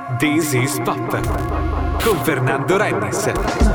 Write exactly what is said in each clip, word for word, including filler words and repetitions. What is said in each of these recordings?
This is Pop con Fernando Rennes.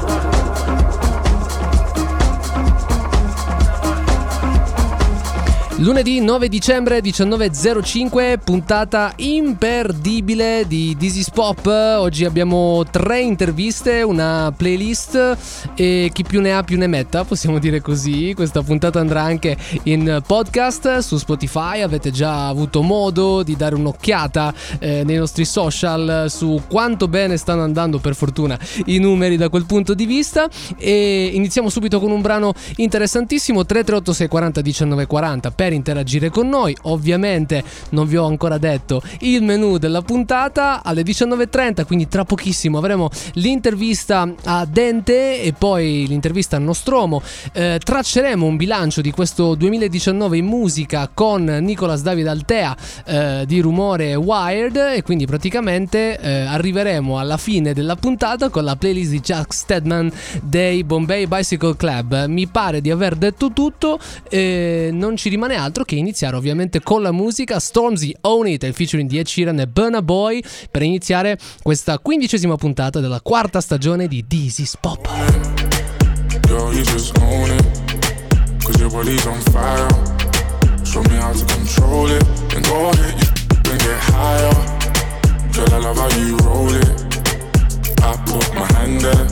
Lunedì nove dicembre diciannove e zero cinque, puntata imperdibile di This is Pop. Oggi abbiamo tre interviste, una playlist e chi più ne ha più ne metta, possiamo dire così. Questa puntata andrà anche in podcast su Spotify. Avete già avuto modo di dare un'occhiata eh, nei nostri social su quanto bene stanno andando, per fortuna, i numeri da quel punto di vista. E iniziamo subito con un brano interessantissimo. Tre tre otto sei quaranta diciannove quaranta per interagire con noi. Ovviamente non vi ho ancora detto il menù della puntata. Alle diciannove e trenta, quindi tra pochissimo, avremo l'intervista a Dente e poi l'intervista a Nostromo. eh, Tracceremo un bilancio di questo duemiladiciannove in musica con Nicolas David Altea eh, di Rumore Wired, e quindi praticamente eh, arriveremo alla fine della puntata con la playlist di Jack Stedman dei Bombay Bicycle Club. Mi pare di aver detto tutto, e non ci rimane altro che iniziare ovviamente con la musica. Stormzy Own It, il featuring di Ed Sheeran e Burna Boy, per iniziare questa quindicesima puntata della quarta stagione di This is Pop. Girl, you just own it, cause your body's on fire. Show me how to control it, and go ahead, you and get higher. Girl, I love how you roll it. I put my hand there,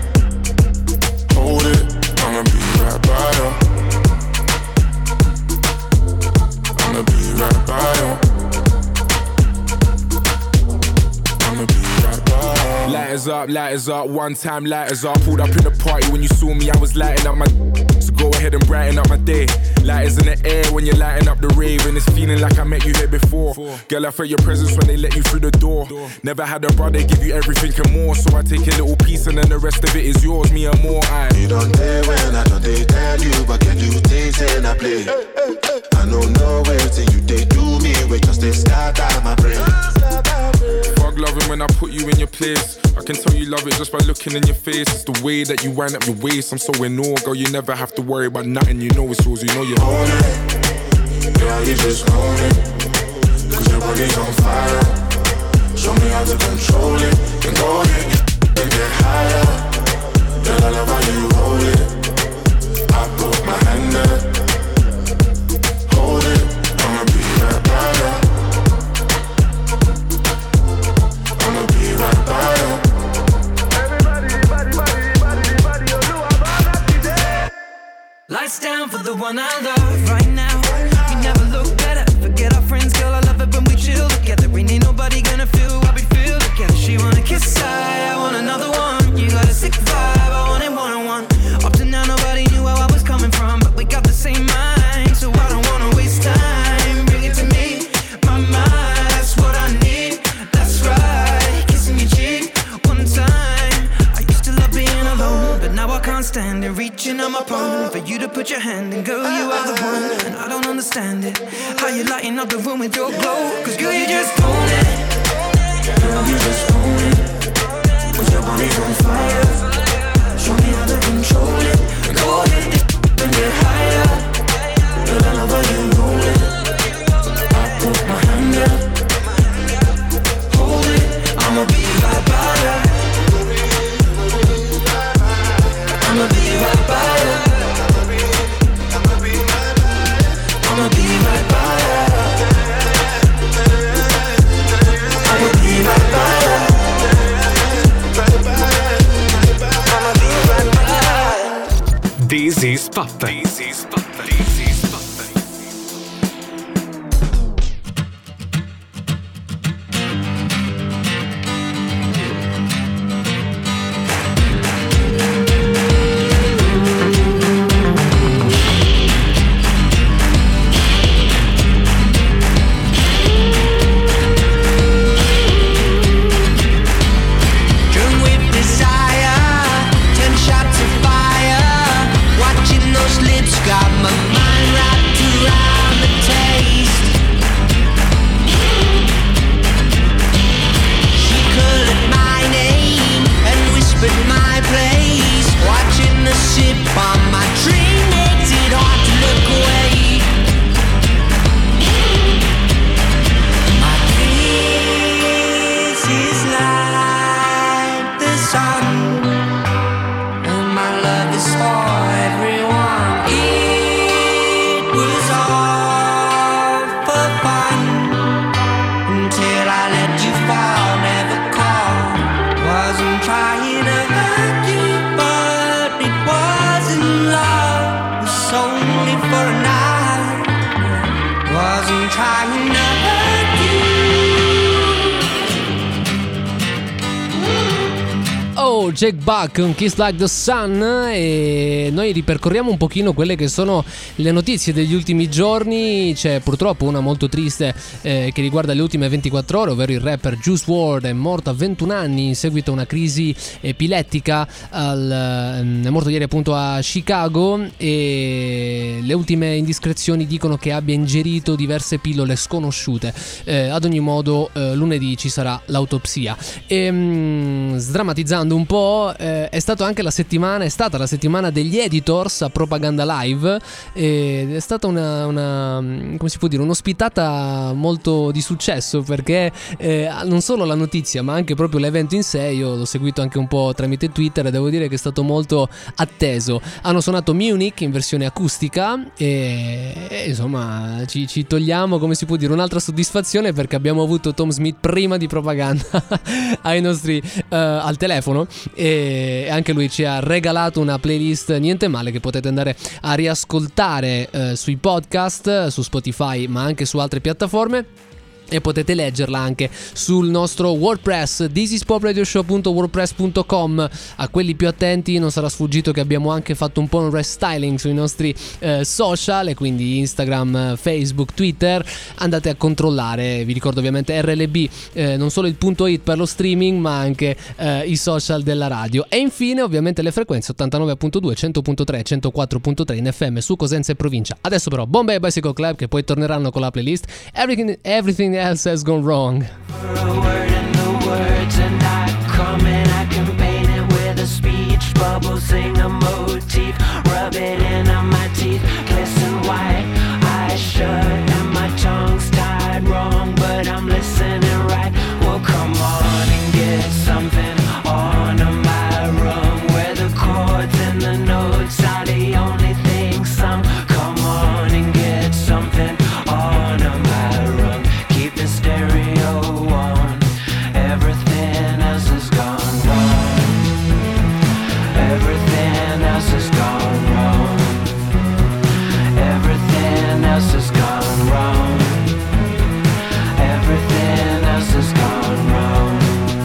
hold it, I'ma be right by you. I'ma be right by you. I'ma be right by you. Lighters up, lighters up, one time lighters up. Pulled up in the party when you saw me, I was lighting up my. So go ahead and brighten up my day. Lighters in the air when you're lighting up the rave, and it's feeling like I met you here before. Girl, I felt your presence when they let you through the door. Never had a brother give you everything and more, so I take a little piece and then the rest of it is yours, me and more. I. You don't dare when I don't they tell you, but can you taste and I play? I don't know where till you they do me, we just they start out my brain. Fuck loving when I put you in your place. I can tell you love it just by looking in your face. It's the way that you wind up your waist. I'm so in awe, girl, you never have to worry about nothing. You know it's yours, you know you own it. Girl, you just own it, cause your body's on fire. Show me how to control it, then go ahead and get higher. Girl, I love how you roll it. I put my hand there, hold it, I'ma be right by you. I'ma be right by you. Lights down for the one I love right now. You never look better. Forget our friends, girl. I love it when we chill together. Ain't nobody gonna feel what we feel together. She wanna kiss, I, I want another one. You got a sick vibe, I want it one on one. Up to now, nobody knew where I was coming from, but we got the same mind, so I don't wanna waste time. Bring it to me, my mind. That's what I need. That's right, kissing your cheek one time. I used to love being alone, but now I can't stand it. Reaching on my palm for you to put your hand in. Girl, you are the one, and I don't understand it. How you lighting up the room with your glow. Cause girl, you just own it. Girl, you just own it, cause your body's on fire. Show me how to control it. Go ahead and get higher. Girl, I love how you roll it. I put my hand there, hold it, I'ma be right by you. I'ma be right by you. I'ma be right by you. I'ma be right by you. I'ma be right by you. This is Pop. This is Pop. This is Pop. Got Go, Jake Buck, un Kiss Like the Sun. E noi ripercorriamo un pochino quelle che sono le notizie degli ultimi giorni. C'è purtroppo una molto triste eh, che riguarda le ultime ventiquattro ore, ovvero il rapper Juice world. È morto a ventuno anni in seguito a una crisi epilettica al, è morto ieri appunto a Chicago, e le ultime indiscrezioni dicono che abbia ingerito diverse pillole sconosciute. Eh, ad ogni modo eh, lunedì ci sarà l'autopsia. E mh, sdrammatizzando un po', eh, è stato anche la settimana è stata la settimana degli editors a Propaganda Live, ed è stata una, una come si può dire, un'ospitata molto di successo, perché eh, non solo la notizia ma anche proprio l'evento in sé, io l'ho seguito anche un po' tramite Twitter e devo dire che è stato molto atteso. Hanno suonato Munich in versione acustica e, e insomma ci, ci togliamo, come si può dire, un'altra soddisfazione, perché abbiamo avuto Tom Smith prima di Propaganda ai nostri uh, al telefono, e anche lui ci ha regalato una playlist niente male che potete andare a riascoltare uh, sui podcast, su Spotify ma anche su altre piattaforme. E potete leggerla anche sul nostro WordPress, this is pop radio show punto wordpress punto com. A quelli più attenti non sarà sfuggito che abbiamo anche fatto un po' un restyling sui nostri eh, social, e quindi Instagram, Facebook, Twitter. Andate a controllare, vi ricordo ovviamente R L B, eh, non solo il punto it per lo streaming ma anche eh, i social della radio. E infine ovviamente le frequenze ottantanove virgola due, cento virgola tre, centoquattro virgola tre in F M su Cosenza e provincia. Adesso però Bombay Bicycle Club, che poi torneranno con la playlist Everything, everything else has gone wrong. For a word and the words are not coming, I can paint it with a speech bubble, sing a motif, rub it into my teeth, glisten white, eyes shut and my tongue's tied wrong, but I'm listening right. Well, come on and get something on my rung, where the chords and the notes are the only thing sung. Come on and get something on my rung. Keep the stereo on, everything else has gone wrong. Everything else has gone wrong. Everything else has gone wrong. Everything else has gone wrong.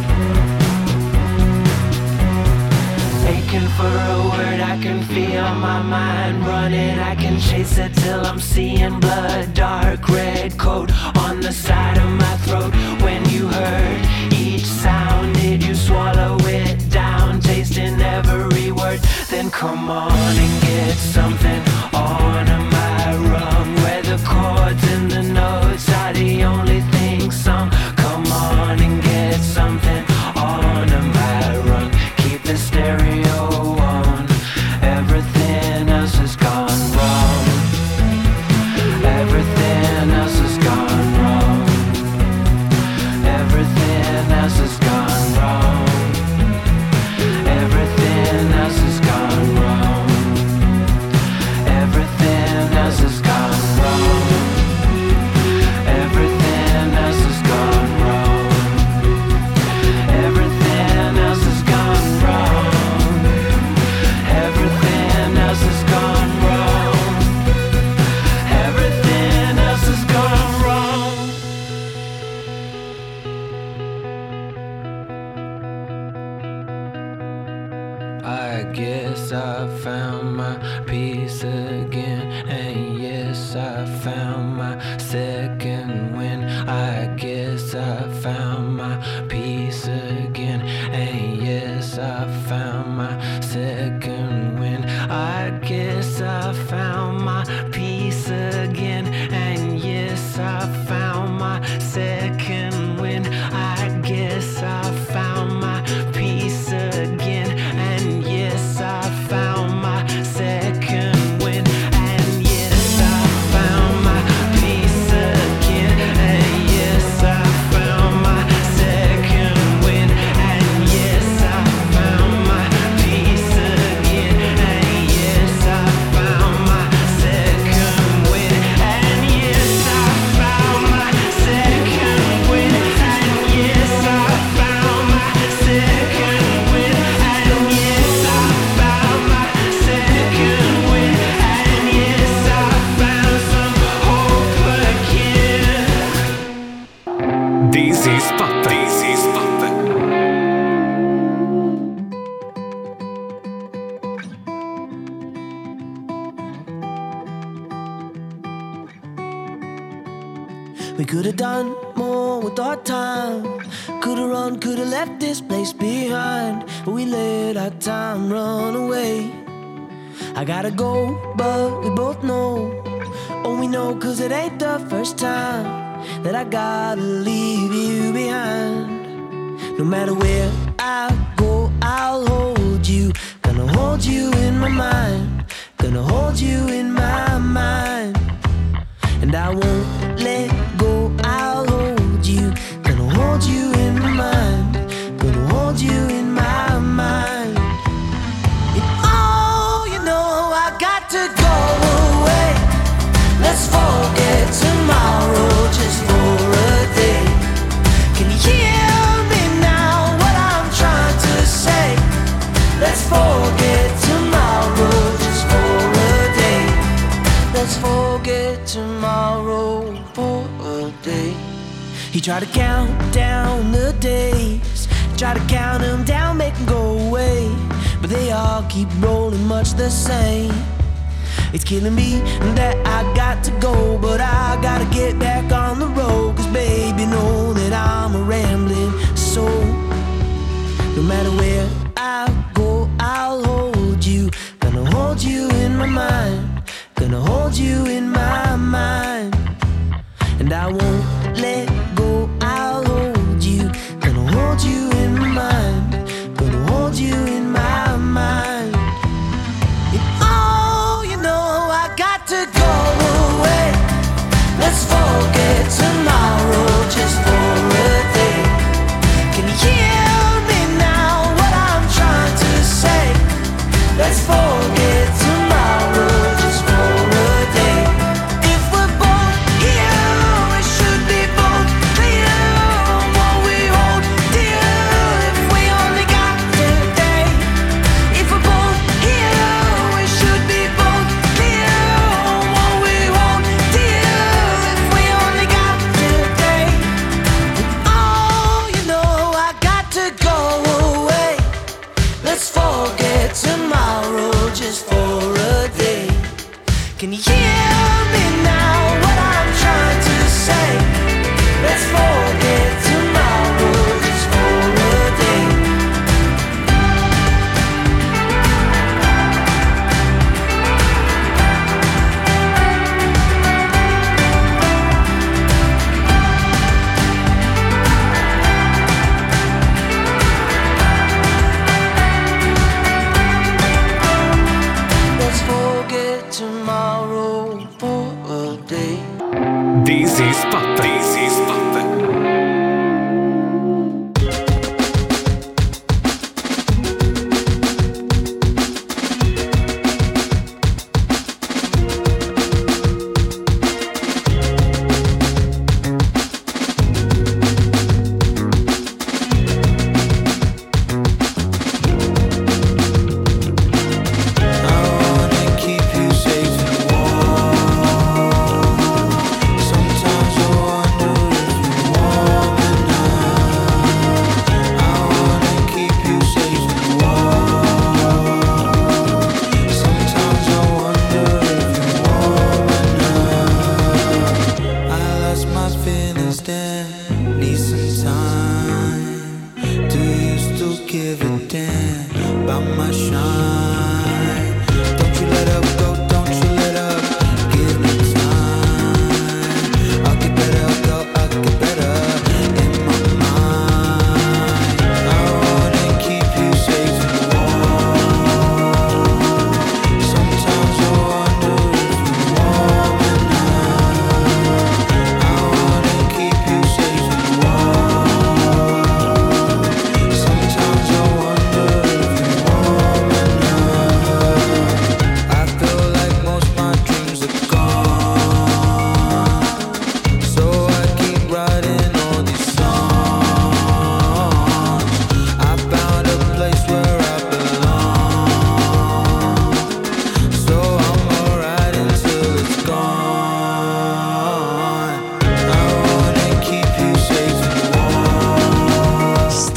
Aching for a word, I can feel my mind running. I can chase it till I'm seeing blood. Dark red coat on the side of my throat. When you heard each sound, did you swallow it down, tasting every word? Then come on and get something on my rung, where the chords and the notes are the only thing sung. Come on and get something on my rung. Keep the stereo on, everything else has gone wrong. Everything else has gone wrong. Everything else has gone wrong. Everything else has gone wrong. Everything else has gone wrong. Everything else has gone wrong. Everything else has gone wrong. Everything else has gone wrong. Everything else has gone wrong. I guess I found my peace again, and yes, I found my second win. I guess I found my peace again, and yes, I found my second win. I guess I found my peace again, and yes, I found my second win. I guess I found my peace again, and yes, I found my second win, and yes, I found my could've done more with our time. Could've run, could've left this place behind. But we let our time run away. I gotta go, but we both know. Oh, we know, cause it ain't the first time that I gotta leave you behind. No matter where I go, I'll hold you. Gonna hold you in my mind. Gonna hold you in my mind. And I won't let go, I'll hold you. Gonna hold you in my mind. Gonna hold you in my mind. And oh, you know I got to go away. Let's forget tomorrow just for a day. Can you hear me now, what I'm trying to say? Let's forget tomorrow just for a day. Let's forget tomorrow for a day. He tried to count down the days, try to count them down, make them go away, but they all keep rolling much the same. It's killing me that I got to go, but I gotta get back on the road. Cause baby, know that I'm a rambling soul. No matter where I go, I'll hold you. Gonna hold you in my mind. Gonna hold you in my mind. And I won't let go, I'll hold you. Gonna hold you in my mind. Gonna hold you in my mind. And oh, you know I got to go away. Let's forget tomorrow just for a day. Can you hear me now, what I'm trying to say? Let's forget tomorrow just for a day. If we're both here, it should be both clear what we hold dear. If we only got today. If we're both here, it should be both clear what we hold dear. If we only got today. Oh, you know I got to go away. Let's forget tomorrow just for a day. Can you hear me now, what I'm trying to say? Let's forget tomorrow just for a day. Let's forget tomorrow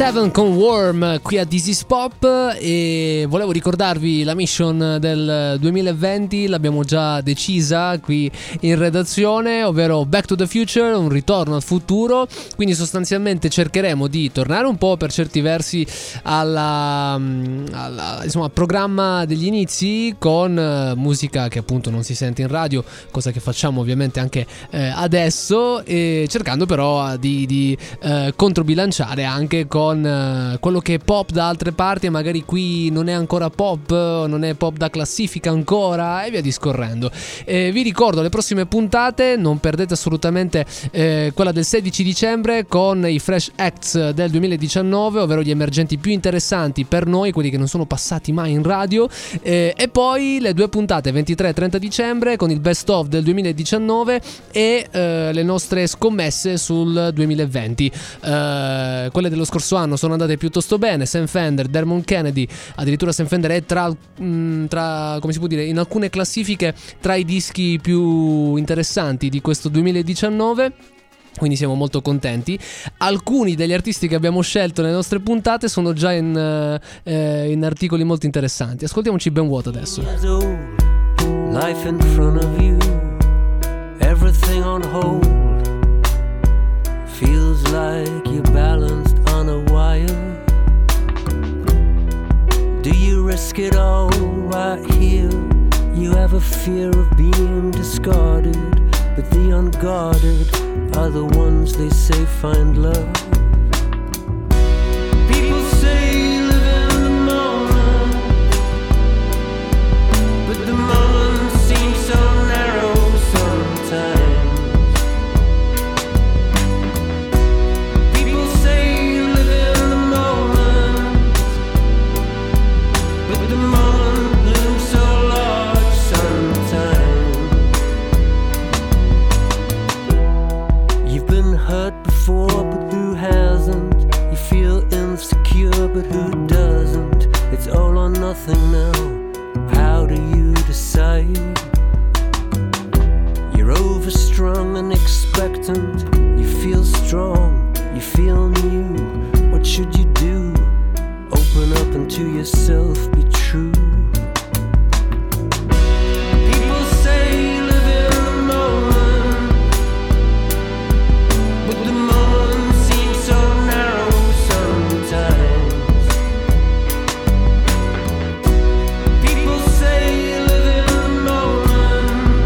Heaven con Worm qui a This Is Pop, e volevo ricordarvi la mission del duemilaventi, l'abbiamo già decisa qui in redazione, ovvero Back to the Future, un ritorno al futuro. Quindi sostanzialmente cercheremo di tornare un po' per certi versi alla, alla insomma programma degli inizi, con musica che appunto non si sente in radio, cosa che facciamo ovviamente anche eh, adesso, e cercando però di, di eh, controbilanciare anche con uh, quello che è pop da altre parti, e magari qui non è ancora pop, non è pop da classifica ancora, e via discorrendo. Eh, vi ricordo le prossime puntate, non perdete assolutamente eh, quella del sedici dicembre con i Fresh Acts del duemiladiciannove, ovvero gli emergenti più interessanti per noi, quelli che non sono passati mai in radio, eh, e poi le due puntate ventitré e trenta dicembre con il best of del duemiladiciannove e eh, le nostre scommesse sul duemilaventi. Eh, quelle dello scorso anno sono andate piuttosto bene. Sam Fender, Dermot Kennedy, addirittura Sam Fender è tra, mh, tra come si può dire, in alcune classifiche tra i dischi più interessanti di questo duemiladiciannove. Quindi siamo molto contenti. Alcuni degli artisti che abbiamo scelto nelle nostre puntate sono già in, eh, in articoli molto interessanti. Ascoltiamoci Ben Watt adesso. Life in front of you, everything on hold. Feels like you're balanced on a wire. Do you risk it all right here? You have a fear of being discarded, but the unguarded are the ones they say find love. People say live in the moment, but the moment seems so narrow sometimes. People say live in the moment, but the moment looms so large sometimes. You've been hurt before, but who hasn't? You feel insecure, but who doesn't? It's all or nothing now. How do you decide? You're overstrung and expectant. You feel strong, you feel new. What should you do? Open up and to yourself be true. People say live in the moment, but the moment seems so narrow sometimes. People say live in the moment,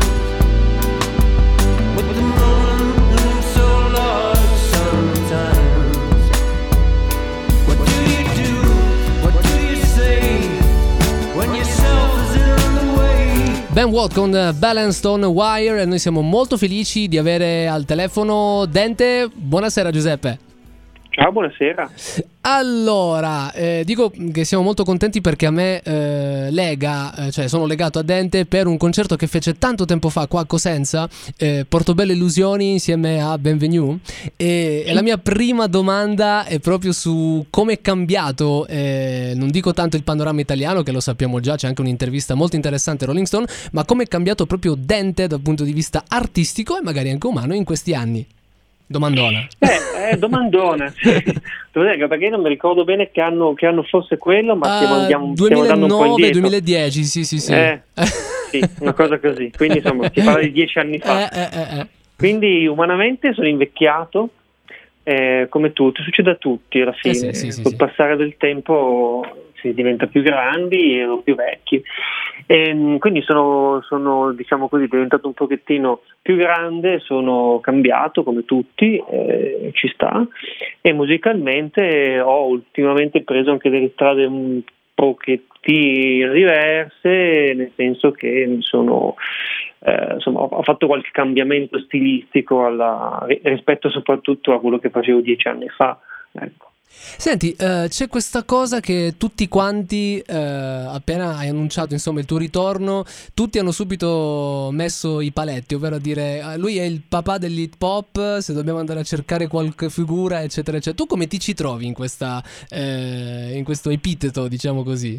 but the moment looms so large sometimes. What do you do? What do you say when yourself is in the way? Ben Watt con Balanced on a Wire, e noi siamo molto felici di avere al telefono Dente. Buonasera Giuseppe. Ciao, buonasera. Allora, eh, dico che siamo molto contenti perché a me eh, lega, eh, cioè sono legato a Dente per un concerto che fece tanto tempo fa qua a Cosenza, eh, Portobello Illusioni insieme a Benvenue, e, e la mia prima domanda è proprio su come è cambiato, eh, non dico tanto il panorama italiano, che lo sappiamo già, c'è anche un'intervista molto interessante a Rolling Stone, ma come è cambiato proprio Dente dal punto di vista artistico e magari anche umano in questi anni. Domandona. Eh, eh domandona. Devo dire, perché io non mi ricordo bene che anno, che anno fosse quello, ma stiamo, Uh, andiamo, stiamo andando un po' duemilanove indietro. duemiladieci, sì, sì, sì. Eh, sì, una cosa così. Quindi insomma, si parla di dieci anni fa. Eh, eh, eh, eh. Quindi umanamente sono invecchiato, eh, come tutti, succede a tutti alla fine. Eh sì, sì, sì, Col sì. passare del tempo si diventa più grandi o più vecchi. E quindi sono, sono, diciamo così, diventato un pochettino più grande, sono cambiato come tutti, eh, ci sta, e musicalmente ho ultimamente preso anche delle strade un pochettino diverse, nel senso che mi sono eh, insomma, ho fatto qualche cambiamento stilistico alla, rispetto soprattutto a quello che facevo dieci anni fa, ecco. Senti, eh, c'è questa cosa che tutti quanti, eh, appena hai annunciato insomma il tuo ritorno, tutti hanno subito messo i paletti, ovvero a dire eh, lui è il papà dell'hip hop, se dobbiamo andare a cercare qualche figura eccetera eccetera. Tu come ti ci trovi in questa eh, in questo epiteto, diciamo così?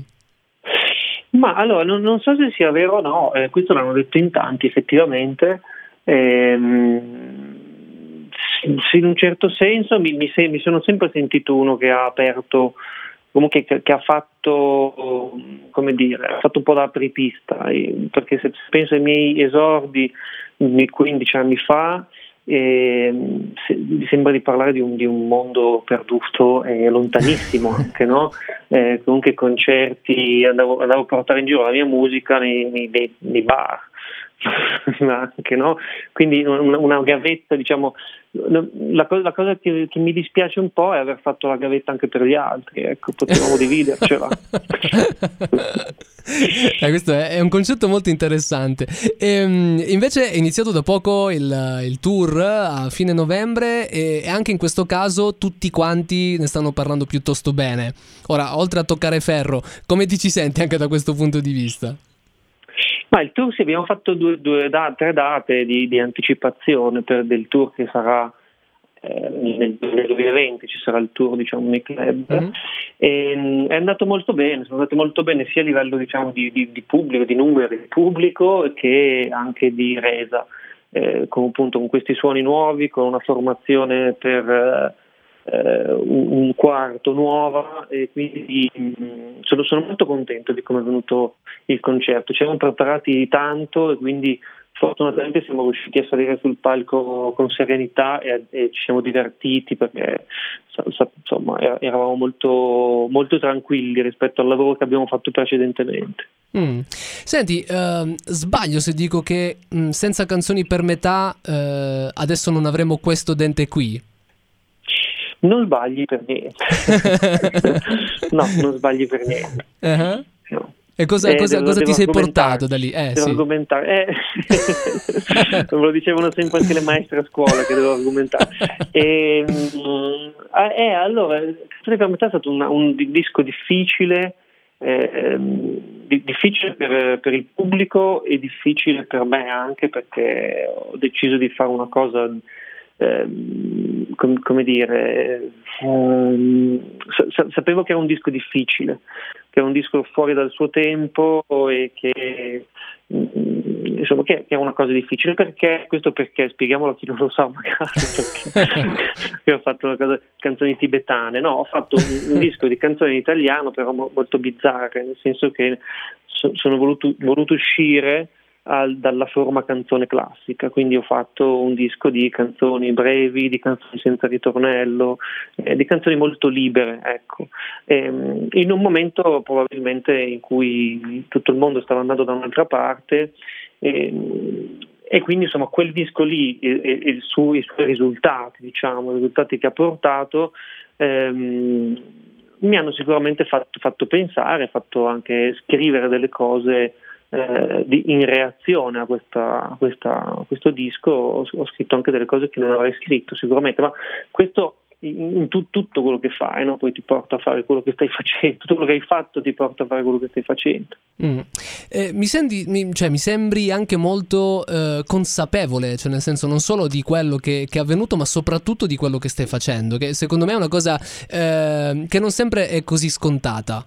Ma allora non, non so se sia vero o no, eh, questo l'hanno detto in tanti effettivamente. ehm sì, in un certo senso mi, mi, se, mi sono sempre sentito uno che ha aperto, comunque che, che ha fatto, come dire, ha fatto un po' da apripista, perché se penso ai miei esordi quindici anni fa, e se, mi sembra di parlare di un, di un mondo perduto e lontanissimo anche, no? Eh, comunque concerti, andavo, andavo a portare in giro la mia musica nei, nei, nei bar anche, no? Quindi una, una gavetta, diciamo, la cosa, la cosa che, che mi dispiace un po' è aver fatto la gavetta anche per gli altri, ecco, potevamo dividercela. Eh, questo è, è un concetto molto interessante. E, invece è iniziato da poco il, il tour a fine novembre e, e anche in questo caso tutti quanti ne stanno parlando piuttosto bene. Ora, oltre a toccare ferro, come ti ci senti anche da questo punto di vista? Ma il tour, sì, abbiamo fatto due, due da, tre date di, di anticipazione per del tour che sarà eh, nel, nel duemilaventi, ci sarà il tour, diciamo, nei club. Mm-hmm. E, è andato molto bene, sono andate molto bene sia a livello, diciamo, di, di, di pubblico, di numero di pubblico, che anche di resa, eh, con, appunto, con questi suoni nuovi, con una formazione per eh, un quarto nuova, e quindi mh, sono, sono molto contento di come è venuto il concerto. Ci siamo preparati tanto e quindi fortunatamente siamo riusciti a salire sul palco con serenità e, e ci siamo divertiti, perché insomma eravamo molto, molto tranquilli rispetto al lavoro che abbiamo fatto precedentemente. Mm. Senti, uh, sbaglio se dico che mh, senza canzoni per metà uh, adesso non avremo questo dente qui? Non sbagli per niente. No, non sbagli per niente. Uh-huh. No. E cosa, eh, cosa, devo, cosa devo ti sei portato da lì? Eh, devo sì. argomentare. Eh. Me lo dicevano sempre anche le maestre a scuola che devo argomentare. E, eh, allora, Canzoni per metà è stato una, un disco difficile, eh, difficile per, per il pubblico e difficile per me anche, perché ho deciso di fare una cosa... Eh, com- come dire, um, sa- sapevo che era un disco difficile, che era un disco fuori dal suo tempo e che mm, insomma che, che era una cosa difficile. Perché? Questo perché, spieghiamolo a chi non lo sa magari, perché ho fatto una cosa, canzoni tibetane, no, ho fatto un, un disco di canzoni in italiano, però mo- molto bizzarre, nel senso che so- sono voluto, voluto uscire Al, dalla forma canzone classica, quindi ho fatto un disco di canzoni brevi, di canzoni senza ritornello, eh, di canzoni molto libere, ecco. E, in un momento probabilmente in cui tutto il mondo stava andando da un'altra parte, e, e quindi insomma quel disco lì e, e il suo, i suoi risultati, diciamo, i risultati che ha portato, ehm, mi hanno sicuramente fatto, fatto pensare, fatto anche scrivere delle cose. Eh, di, in reazione a, questa, a, questa, a questo disco ho, ho scritto anche delle cose che non avrei scritto sicuramente, ma questo in, in tu, tutto quello che fai, no? Poi ti porta a fare quello che stai facendo, tutto quello che hai fatto ti porta a fare quello che stai facendo. Mm. Eh, mi, senti, mi, cioè, mi sembri anche molto eh, consapevole, cioè nel senso non solo di quello che, che è avvenuto, ma soprattutto di quello che stai facendo, che secondo me è una cosa eh, che non sempre è così scontata.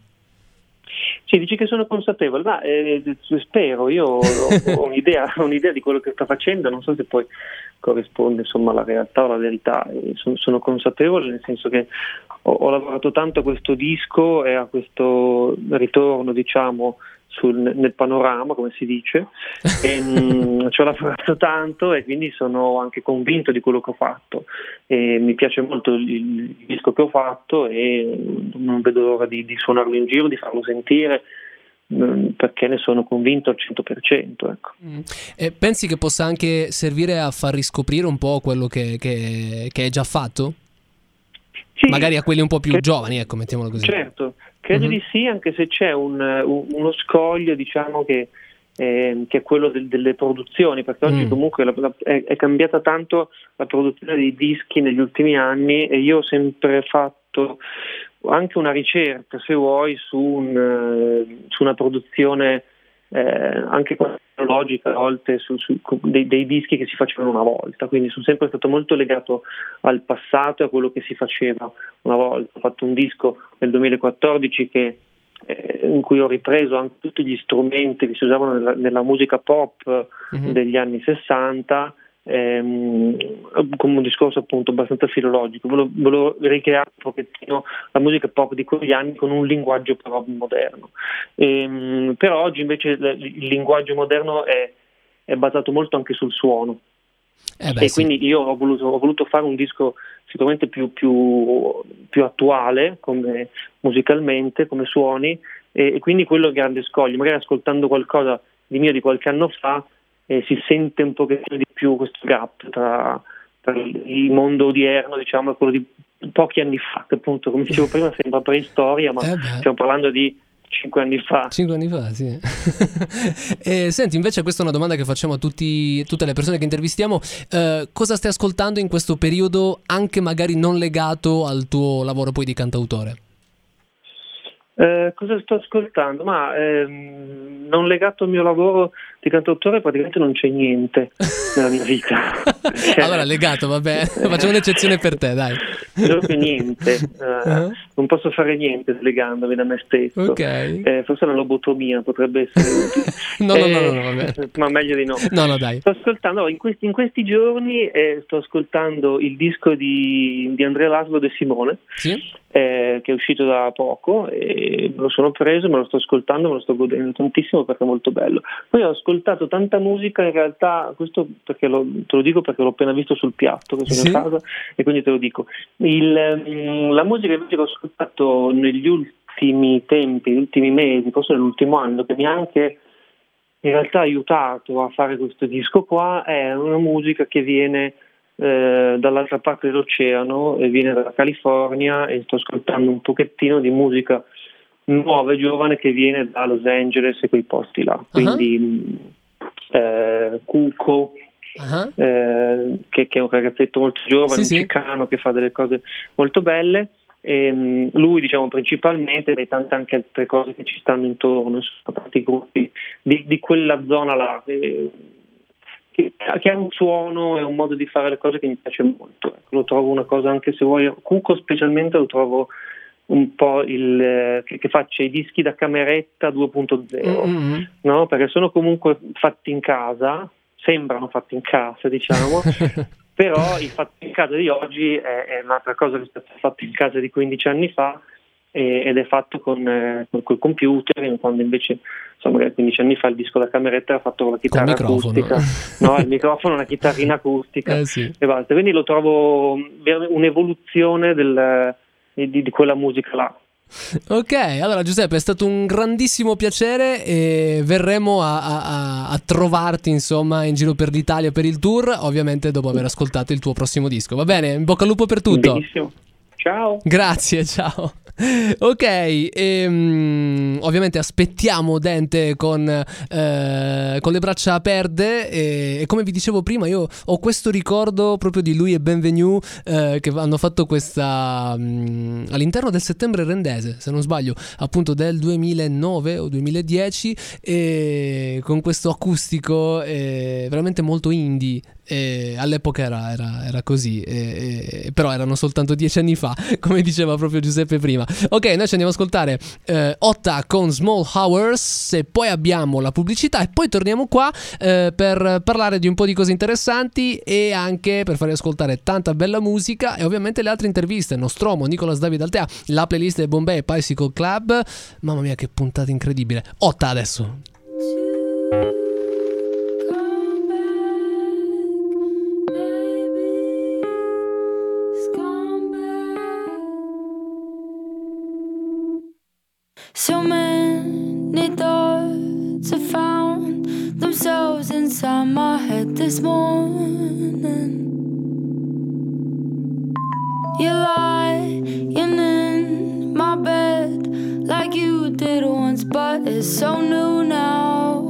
Sì, dici che sono consapevole, ma eh, spero, io ho, ho, un'idea, ho un'idea di quello che sto facendo, non so se poi corrisponde insomma alla realtà o alla verità. Sono, sono consapevole, nel senso che ho, ho lavorato tanto a questo disco e a questo ritorno, diciamo, sul, nel panorama, come si dice, e, mh, ci ho lavorato tanto e quindi sono anche convinto di quello che ho fatto, e mi piace molto il, il disco che ho fatto e non vedo l'ora di, di suonarlo in giro, di farlo sentire, mh, perché ne sono convinto al cento per cento, ecco. Mm. E pensi che possa anche servire a far riscoprire un po' quello che, che, che hai già fatto? Sì, magari a quelli un po' più che, giovani, ecco, mettiamolo così. Certo, credo mm-hmm. di sì, anche se c'è un, un, uno scoglio, diciamo, che, eh, che è quello del, delle produzioni, perché oggi mm. comunque la, la, è, è cambiata tanto la produzione dei dischi negli ultimi anni, e io ho sempre fatto anche una ricerca, se vuoi, su, un, su una produzione eh, anche logica, a volte su, su dei, dei dischi che si facevano una volta, quindi sono sempre stato molto legato al passato e a quello che si faceva una volta. Ho fatto un disco nel duemilaquattordici che, eh, in cui ho ripreso anche tutti gli strumenti che si usavano nella, nella musica pop mm-hmm. degli anni sessanta, ehm, come un discorso appunto abbastanza filologico, volevo, volevo ricreare un pochettino la musica pop di quegli anni con un linguaggio però moderno. Ehm, però oggi invece il linguaggio moderno è, è basato molto anche sul suono. Eh beh, e sì. quindi io ho voluto, ho voluto fare un disco sicuramente più, più, più attuale come musicalmente, come suoni, e, e quindi quello è il grande scoglio. Magari ascoltando qualcosa di mio di qualche anno fa eh, si sente un pochettino di più questo gap tra, tra il mondo odierno, diciamo, e quello di pochi anni fa, che appunto, come dicevo prima, sembra preistoria, ma Eh stiamo parlando di cinque anni fa. Cinque anni fa, sì. E, senti, invece questa è una domanda che facciamo a tutti, tutte le persone che intervistiamo. Eh, cosa stai ascoltando in questo periodo, anche magari non legato al tuo lavoro poi di cantautore? Eh, cosa sto ascoltando? Ma ehm, non legato al mio lavoro di cantautore praticamente non c'è niente nella mia vita. Cioè, allora legato, vabbè, facciamo un'eccezione per te, dai. Proprio niente, eh, uh-huh. Non posso fare niente slegandomi da me stesso. Okay. Eh, forse una lobotomia potrebbe essere utile. no, eh, no, no, no, vabbè. Ma meglio di no. No, no, dai. Sto ascoltando, in questi, in questi giorni eh, sto ascoltando il disco di, di Andrea Laszlo De Simone. Sì. Eh, che è uscito da poco e me lo sono preso, me lo sto ascoltando, me lo sto godendo tantissimo perché è molto bello. Poi ho ascoltato tanta musica, in realtà questo perché lo, te lo dico perché l'ho appena visto sul piatto che sono sì. a casa e quindi te lo dico. Il, la musica invece che ho ascoltato negli ultimi tempi, negli ultimi mesi, forse nell'ultimo anno, che mi ha anche in realtà aiutato a fare questo disco qua, è una musica che viene Eh, dall'altra parte dell'oceano e viene dalla California, e sto ascoltando un pochettino di musica nuova e giovane che viene da Los Angeles e quei posti là, quindi uh-huh. eh, Cuco uh-huh. eh, che, che è un ragazzetto molto giovane, sì, un cicano sì. che fa delle cose molto belle, e, um, lui diciamo principalmente, e tante anche altre cose che ci stanno intorno, sono tanti gruppi di, di quella zona là, eh, Che, che ha un suono e un modo di fare le cose che mi piace molto. Lo trovo una cosa, anche se vuoi, Cuco specialmente lo trovo un po' il eh, che, che faccia i dischi da cameretta due punto zero, mm-hmm. no? Perché sono comunque fatti in casa, sembrano fatti in casa, diciamo, però i fatti in casa di oggi è, è un'altra cosa rispetto ai fatti in casa di quindici anni fa. Ed è fatto con, eh, con col computer, quando invece insomma quindici anni fa il disco da cameretta era fatto con la chitarra acustica, no, il microfono, una chitarrina acustica eh sì. e basta. Quindi lo trovo un'evoluzione del, di, di quella musica là. Ok, allora Giuseppe, è stato un grandissimo piacere e verremo a, a, a trovarti insomma in giro per l'Italia per il tour, ovviamente dopo aver ascoltato il tuo prossimo disco. Va bene? In bocca al lupo per tutto. Benissimo. Ciao. Grazie, ciao. Ok, ehm, ovviamente aspettiamo Dente con, eh, con le braccia aperte e, e come vi dicevo prima io ho questo ricordo proprio di lui e Benvenue eh, che hanno fatto questa mh, all'interno del Settembre Rendese, se non sbaglio, appunto del duemilanove o duemiladieci, e con questo acustico eh, veramente molto indie. E all'epoca era, era, era così, e, e, però erano soltanto dieci anni fa, come diceva proprio Giuseppe prima. Ok, noi ci andiamo ad ascoltare eh, Otta con Small Hours e poi abbiamo la pubblicità e poi torniamo qua eh, per parlare di un po' di cose interessanti e anche per farvi ascoltare tanta bella musica e ovviamente le altre interviste. Nostromo, Nicolas David Altea, la playlist del Bombay Bicycle Club. Mamma mia che puntata incredibile. Otta adesso. So many thoughts have found themselves inside my head this morning. You're lying in my bed like you did once, but it's so new now.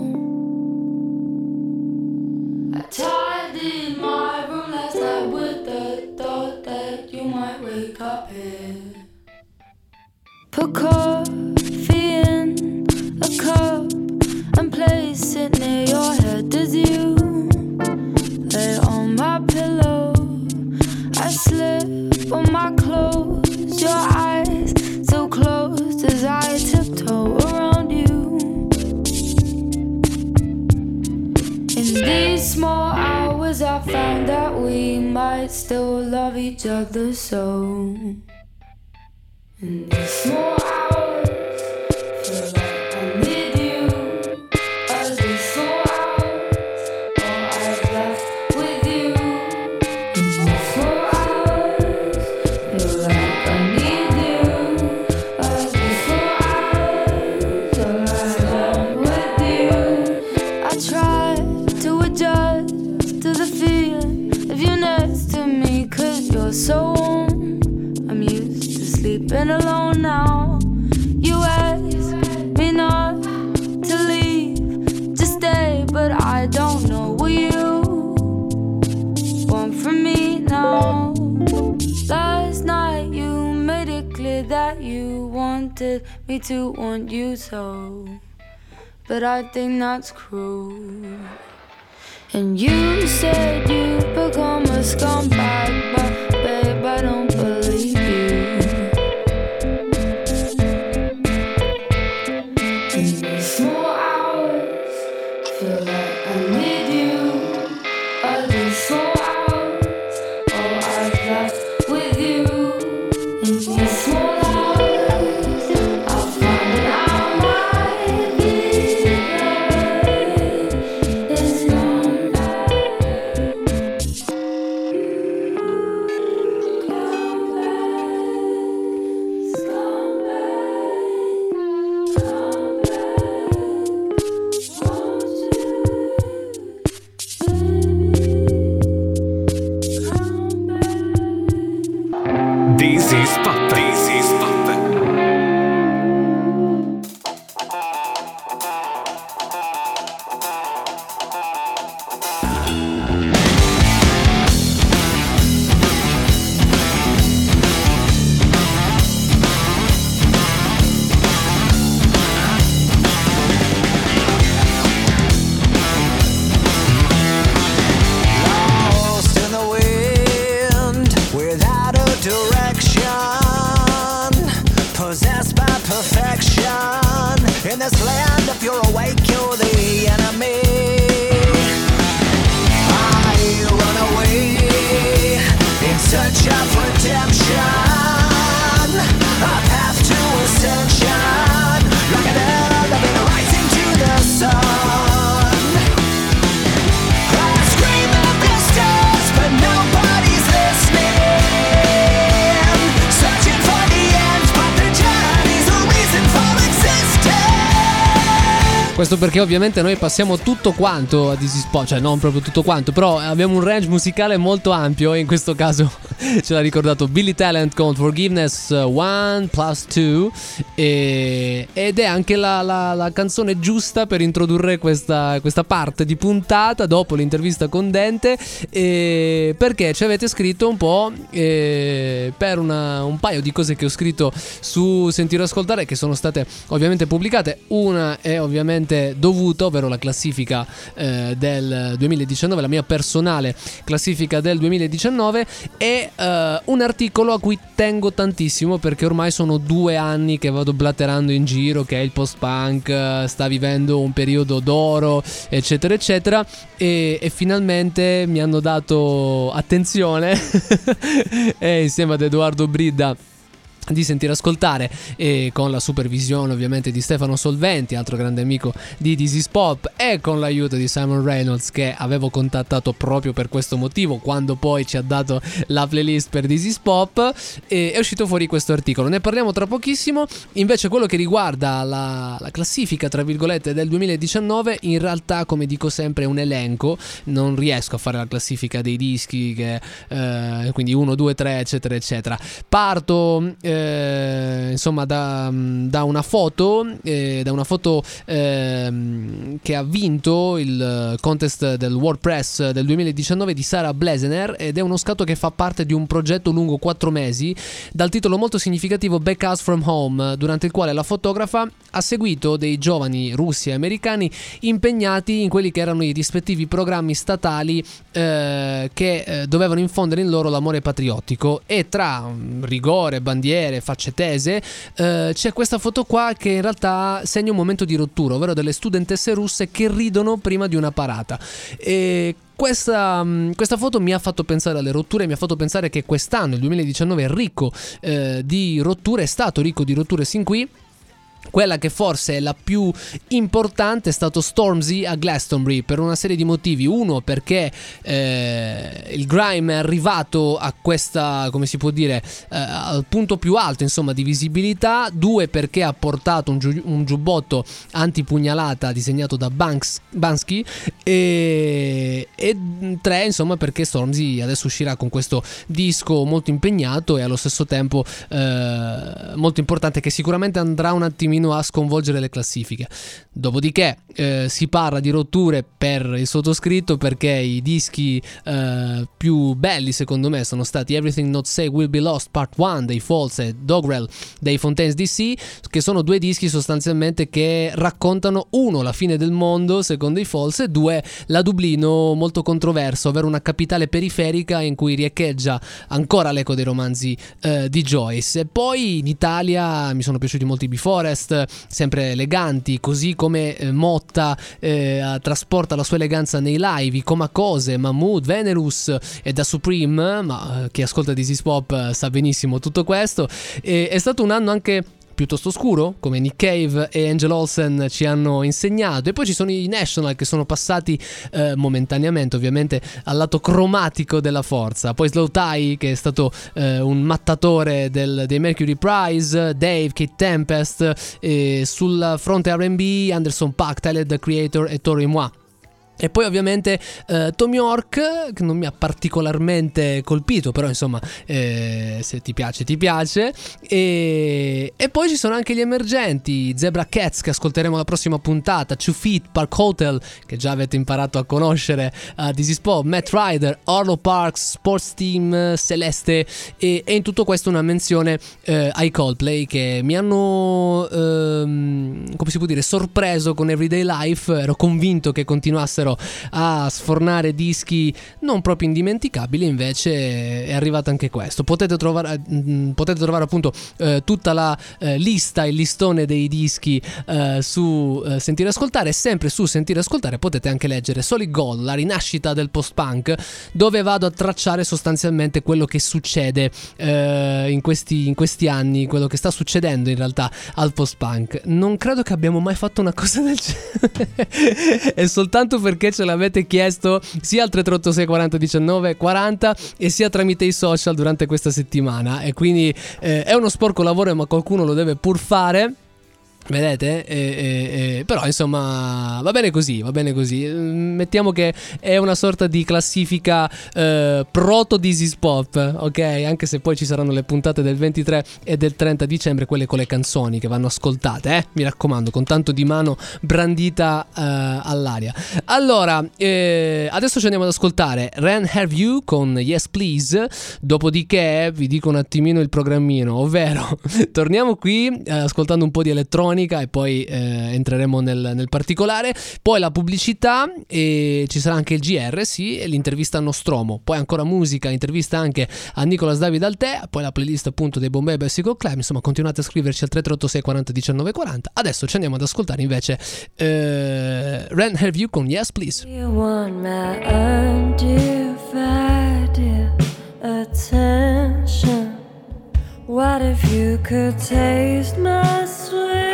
I tidied my room last night with the thought that you might wake up here. Put coffee in a cup and place it near your head as you lay on my pillow. I slip on my clothes, your eyes so closed as I tiptoe around you. In these small hours I might still love each other so. In these small hours, feel like I need you. All these small hours, all I've left with you. In these small hours, feel like I need you. All these small hours, all I've left with you. I try to adjust to the feeling of you next to me, 'cause you're so warm. I'm used to sleeping alone now. You ask me not to leave, just stay, but I don't know what you want from me now. Last night you made it clear that you wanted me to want you so, but I think that's cruel. And you said you'd become a scumbag, but babe, I don't believe you. In these small hours, feel like I need you. All these small hours, all I've left with you. In these small hours, I'll find out my vision is gone back. Come back, come back, come back, won't you, baby, come back. This is Pop. This is Pop. Lost in the wind, without a direction, possessed by perfection. In this land, if you're awake, you're the enemy. I run away in search of redemption, a path to ascension, like an elevator rising to the sun. I scream at the stars, but nobody's listening. Searching for the end, but the journey's a reason for existing. Questo perché ovviamente noi passiamo tutto quanto a This Is Pop, cioè non proprio tutto quanto, però abbiamo un range musicale molto ampio e in questo caso ce l'ha ricordato Billy Talent con Forgiveness one plus two, e, ed è anche la, la, la canzone giusta per introdurre questa, questa parte di puntata dopo l'intervista con Dente, e perché ci avete scritto un po' e per una, un paio di cose che ho scritto su Sentire Ascoltare, che sono state ovviamente pubblicate. Una è ovviamente dovuta, ovvero la classifica eh, del duemiladiciannove, la mia personale classifica del duemiladiciannove, e eh, un articolo a cui tengo tantissimo perché ormai sono due anni che vado blaterando in giro che il post-punk eh, sta vivendo un periodo d'oro, eccetera eccetera, e, e finalmente mi hanno dato attenzione e insieme ad Edoardo Bridda di Sentire Ascoltare, e con la supervisione ovviamente di Stefano Solventi, altro grande amico di This Is Pop, e con l'aiuto di Simon Reynolds, che avevo contattato proprio per questo motivo quando poi ci ha dato la playlist per This Is Pop, e è uscito fuori questo articolo. Ne parliamo tra pochissimo. Invece quello che riguarda la, la classifica tra virgolette del duemiladiciannove, in realtà, come dico sempre, è un elenco, non riesco a fare la classifica dei dischi che, eh, quindi uno, due, tre eccetera eccetera. Parto eh, insomma da, da una foto eh, da una foto eh, che ha vinto il contest del WordPress del duemiladiciannove di Sarah Blazener, ed è uno scatto che fa parte di un progetto lungo quattro mesi dal titolo molto significativo Back Us From Home, durante il quale la fotografa ha seguito dei giovani russi e americani impegnati in quelli che erano i rispettivi programmi statali eh, che eh, dovevano infondere in loro l'amore patriottico, e tra rigore, bandiere, facce tese, eh, c'è questa foto qua che in realtà segna un momento di rottura, ovvero delle studentesse russe che ridono prima di una parata. E questa, questa foto mi ha fatto pensare alle rotture, mi ha fatto pensare che quest'anno, il duemiladiciannove, è ricco eh, di rotture, è stato ricco di rotture sin qui. Quella che forse è la più importante è stato Stormzy a Glastonbury, per una serie di motivi. Uno, perché eh, il grime è arrivato a questa, come si può dire, eh, al punto più alto, insomma, di visibilità. Due, perché ha portato un, giu- un giubbotto antipugnalata disegnato da Banks- Bansky e, e tre, insomma, perché Stormzy adesso uscirà con questo disco molto impegnato e allo stesso tempo eh, molto importante, che sicuramente andrà un attimino a sconvolgere le classifiche. Dopodiché eh, si parla di rotture per il sottoscritto, perché i dischi eh, più belli secondo me sono stati Everything Not Say Will Be Lost Part uno dei Falls e Dogrel dei Fontaines D C, che sono due dischi sostanzialmente che raccontano, uno, la fine del mondo secondo i Falls, e due, la Dublino molto controversa, ovvero una capitale periferica in cui riecheggia ancora l'eco dei romanzi eh, di Joyce. E poi in Italia mi sono piaciuti molto i Before, sempre eleganti, così come eh, Motta eh, trasporta la sua eleganza nei live, i Comacose, Mahmood, Venerus e Da Supreme, ma eh, chi ascolta This Is Pop eh, sa benissimo tutto questo. E, è stato un anno anche piuttosto scuro, come Nick Cave e Angel Olsen ci hanno insegnato, e poi ci sono i National che sono passati eh, momentaneamente ovviamente al lato cromatico della forza. Poi Slow Tie, che è stato eh, un mattatore del, dei Mercury Prize, Dave, Kate Tempest, e sul fronte R and B Anderson .Paak, Tyler the Creator e Tori Moi. E poi ovviamente eh, Tom York, che non mi ha particolarmente colpito, però insomma eh, se ti piace ti piace. E, e poi ci sono anche gli emergenti, Zebra Cats, che ascolteremo la prossima puntata, Two Feet, Park Hotel, che già avete imparato a conoscere, uh, This Is Pop, Matt Ryder, Arlo Parks, Sports Team, Celeste, e, e in tutto questo una menzione eh, ai Coldplay, che mi hanno ehm, come si può dire, sorpreso con Everyday Life. Ero convinto che continuassero a sfornare dischi non proprio indimenticabili, invece è arrivato anche questo. Potete trovare, mh, potete trovare appunto eh, tutta la eh, lista, il listone dei dischi eh, su eh, Sentire Ascoltare. Sempre su Sentire Ascoltare potete anche leggere Solid Gold, la rinascita del post-punk, dove vado a tracciare sostanzialmente quello che succede eh, in, questi, in questi anni, quello che sta succedendo in realtà al post-punk. Non credo che abbiamo mai fatto una cosa del genere è soltanto perché ce l'avete chiesto sia al tre tre otto sei quaranta diciannove quaranta e sia tramite i social durante questa settimana, e quindi eh, è uno sporco lavoro, ma qualcuno lo deve pur fare. Vedete? E, e, e, però insomma va bene così, va bene così. Mettiamo che è una sorta di classifica eh, proto This Is Pop, ok? Anche se poi ci saranno le puntate del ventitré e del trenta dicembre, quelle con le canzoni che vanno ascoltate, eh? Mi raccomando, con tanto di mano brandita eh, all'aria. Allora, eh, adesso ci andiamo ad ascoltare Ren Have You con Yes Please. Dopodiché vi dico un attimino il programmino, ovvero torniamo qui eh, ascoltando un po' di elettronica, e poi eh, entreremo nel, nel particolare. Poi la pubblicità, e ci sarà anche il G R, sì, e l'intervista a Nostromo. Poi ancora musica, intervista anche a Nicolas David Altea. Poi la playlist appunto dei Bombay Bicycle Club. Insomma, continuate a scriverci al tre tre otto sei quaranta diciannove quaranta. Adesso ci andiamo ad ascoltare invece eh, Ren Have You con Yes Please. You want my undivided attention. What if you could taste my sweet?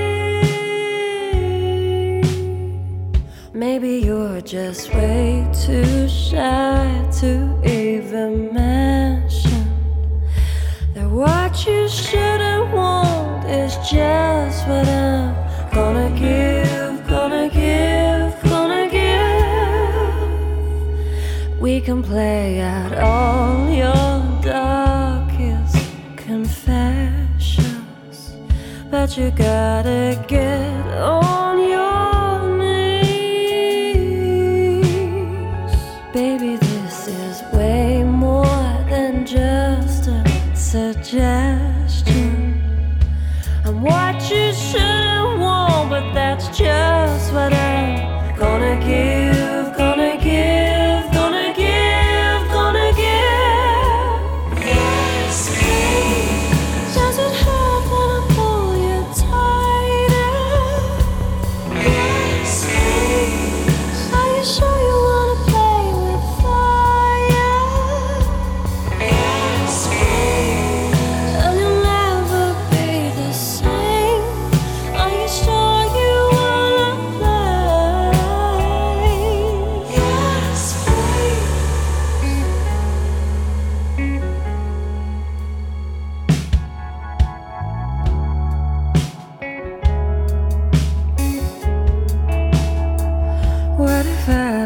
Maybe you're just way too shy to even mention that what you shouldn't want is just what I'm gonna give, gonna give, gonna give. We can play out all your darkest confessions, but you gotta get on your knees. Baby, this is way more than just a suggestion. I'm what you shouldn't want, but that's just what I'm gonna give, gonna give, gonna give, gonna give. Yes, please. Does it hurt when I pull you tighter? Yes, please. Are you sure you wanna play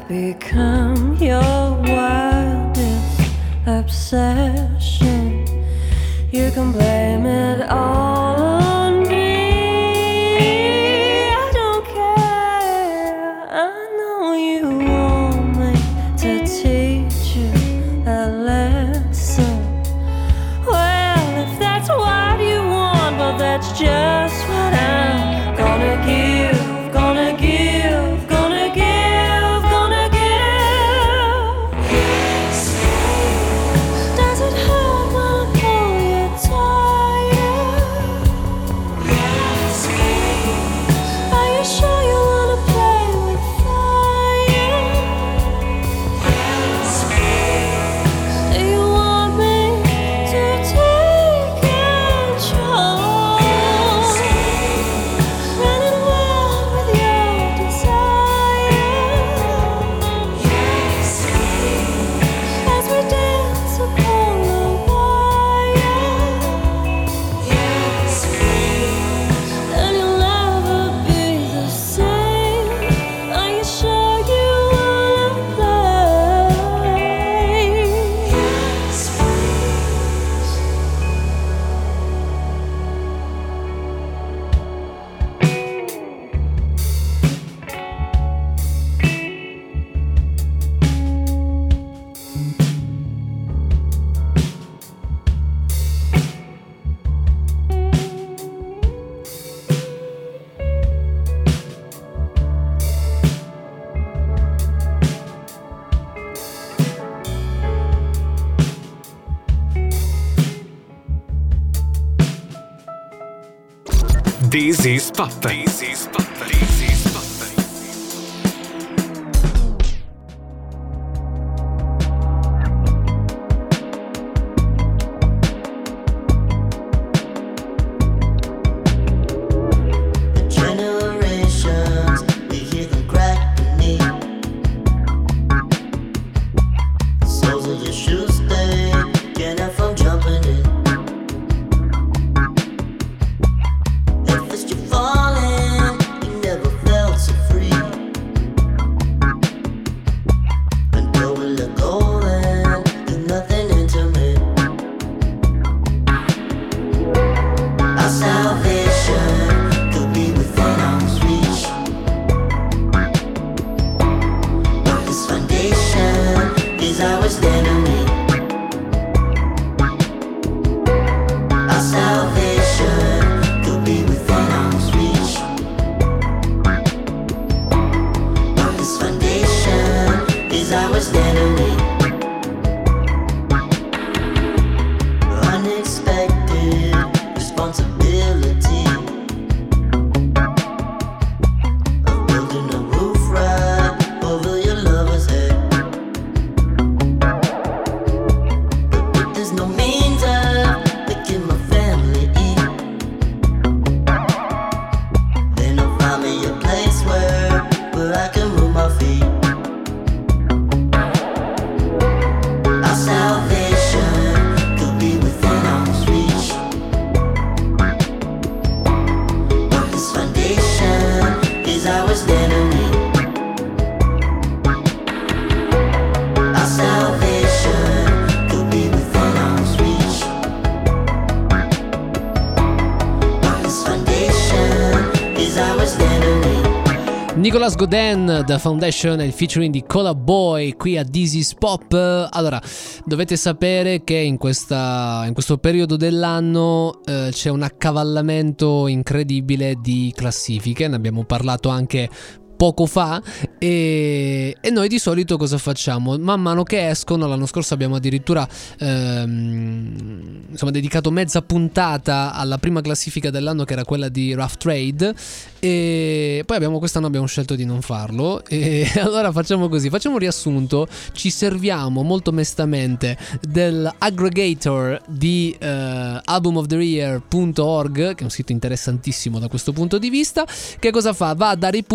become your wildest obsession. You can blame it all on me. I don't care. I know you want me to teach you a lesson. Well, if that's what you want, well, that's just what I'm gonna give, gonna give, gonna give, gonna give. Does it hurt when I pull you tired? Are you sure you wanna play with fire? Do you want me to take control? Running wild with your desire. As we dance upon the wire. And you'll never be the same. Are you sure you wanna play? This is Pop. This is Pop. This is Pop. Generations, we hear them crack beneath. Soles of your shoes stay, can't help from jumping in. At first you're falling, you never felt so free. Until we let go and there's nothing intimate. Our salvation could be within arm's reach. But this foundation is ours enemy. Our salvation could be within arm's reach. But this foundation is ours enemy. Unexpected responsibility of building a roof right over your lover's head. But there's no means of making my family eat. Then I'll find me a place where where I can move my feet. Our salvation could be within arm's reach. But this foundation is ours enemy. Our salvation could be within arm's reach. But this foundation is ours enemy. Nicolas Godin, The Foundation, e il featuring di Cola Boy qui a This Is Pop. Allora, dovete sapere che in, questa, in questo periodo dell'anno eh, c'è un accavallamento incredibile di classifiche, ne abbiamo parlato anche poco fa, e, e noi di solito cosa facciamo? Man mano che escono, l'anno scorso abbiamo addirittura ehm, insomma dedicato mezza puntata alla prima classifica dell'anno, che era quella di Rough Trade, e poi abbiamo quest'anno abbiamo scelto di non farlo, e allora facciamo così, facciamo un riassunto, ci serviamo molto mestamente dell'aggregator di eh, album of the year punto org, che è un sito interessantissimo da questo punto di vista. Che cosa fa? Va a dare i punti sostanzialmente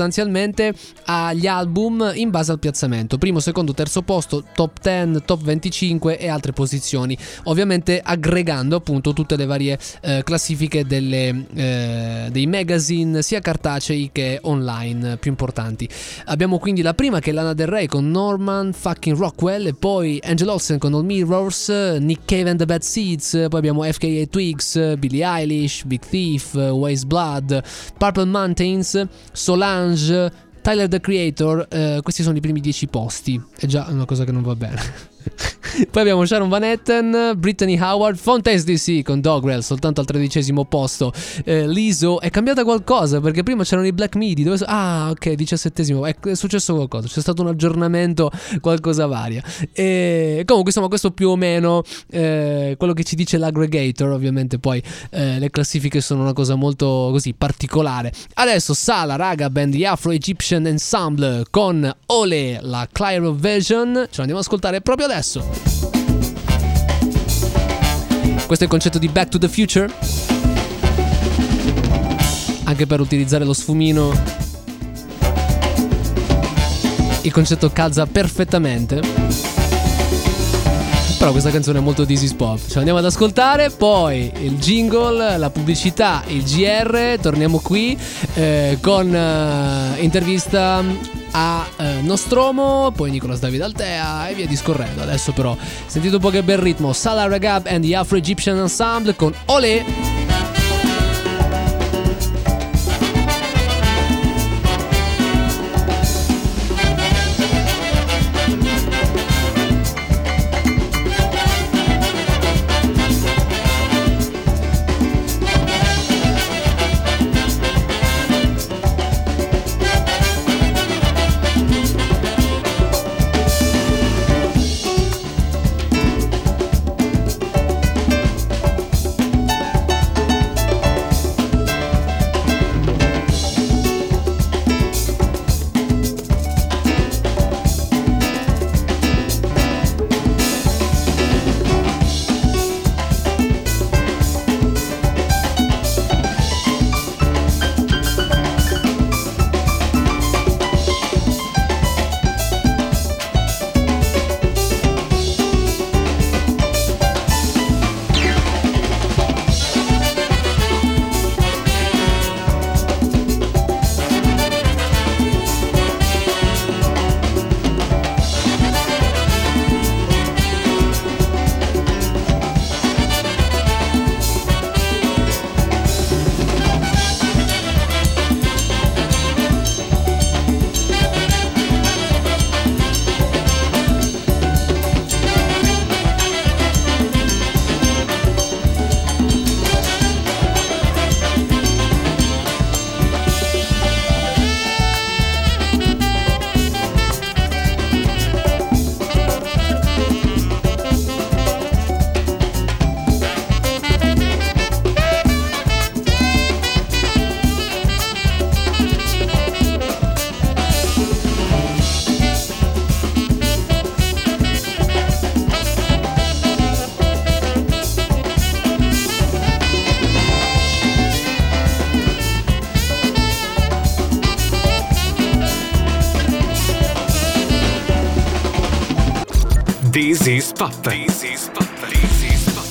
sostanzialmente agli album in base al piazzamento: primo, secondo, terzo posto, top dieci, top venticinque e altre posizioni, ovviamente aggregando appunto tutte le varie eh, classifiche delle, eh, dei magazine sia cartacei che online più importanti. Abbiamo quindi la prima, che è Lana Del Rey con Norman fucking Rockwell, e poi Angel Olsen con All Mirrors, Nick Cave and the Bad Seeds, poi abbiamo F K A Twigs, Billie Eilish, Big Thief, Waste Blood, Purple Mountains, Solange, Tyler the Creator. Eh, questi sono i primi dieci posti, è già una cosa che non va bene. Poi abbiamo Sharon Van Etten, Brittany Howard, Fontaines D C con Dogrel soltanto al tredicesimo posto. eh, Lizzo, è cambiata qualcosa perché prima c'erano i Black Midi, dove so- ah ok, diciassettesimo, è, è successo qualcosa, c'è stato un aggiornamento, qualcosa varia. E comunque insomma questo più o meno eh, quello che ci dice l'aggregator. Ovviamente poi eh, le classifiche sono una cosa molto così particolare. Adesso Sala, raga, band di Afro Egyptian Ensemble con Ole, la Clear Version, ce l'andiamo ad ascoltare proprio adesso. Questo è il concetto di Back to the Future, anche per utilizzare lo sfumino il concetto calza perfettamente. Però questa canzone è molto This Is Pop, ce l'andiamo ad ascoltare. Poi il jingle, la pubblicità, il G R. Torniamo qui eh, con eh, intervista a eh, Nostromo, poi Nicolas David Altea e via discorrendo. Adesso però sentite un po' che bel ritmo. Salah Ragab and the Afro Egyptian Ensemble con Olé. This is Pop. This is Pop. This is Pop.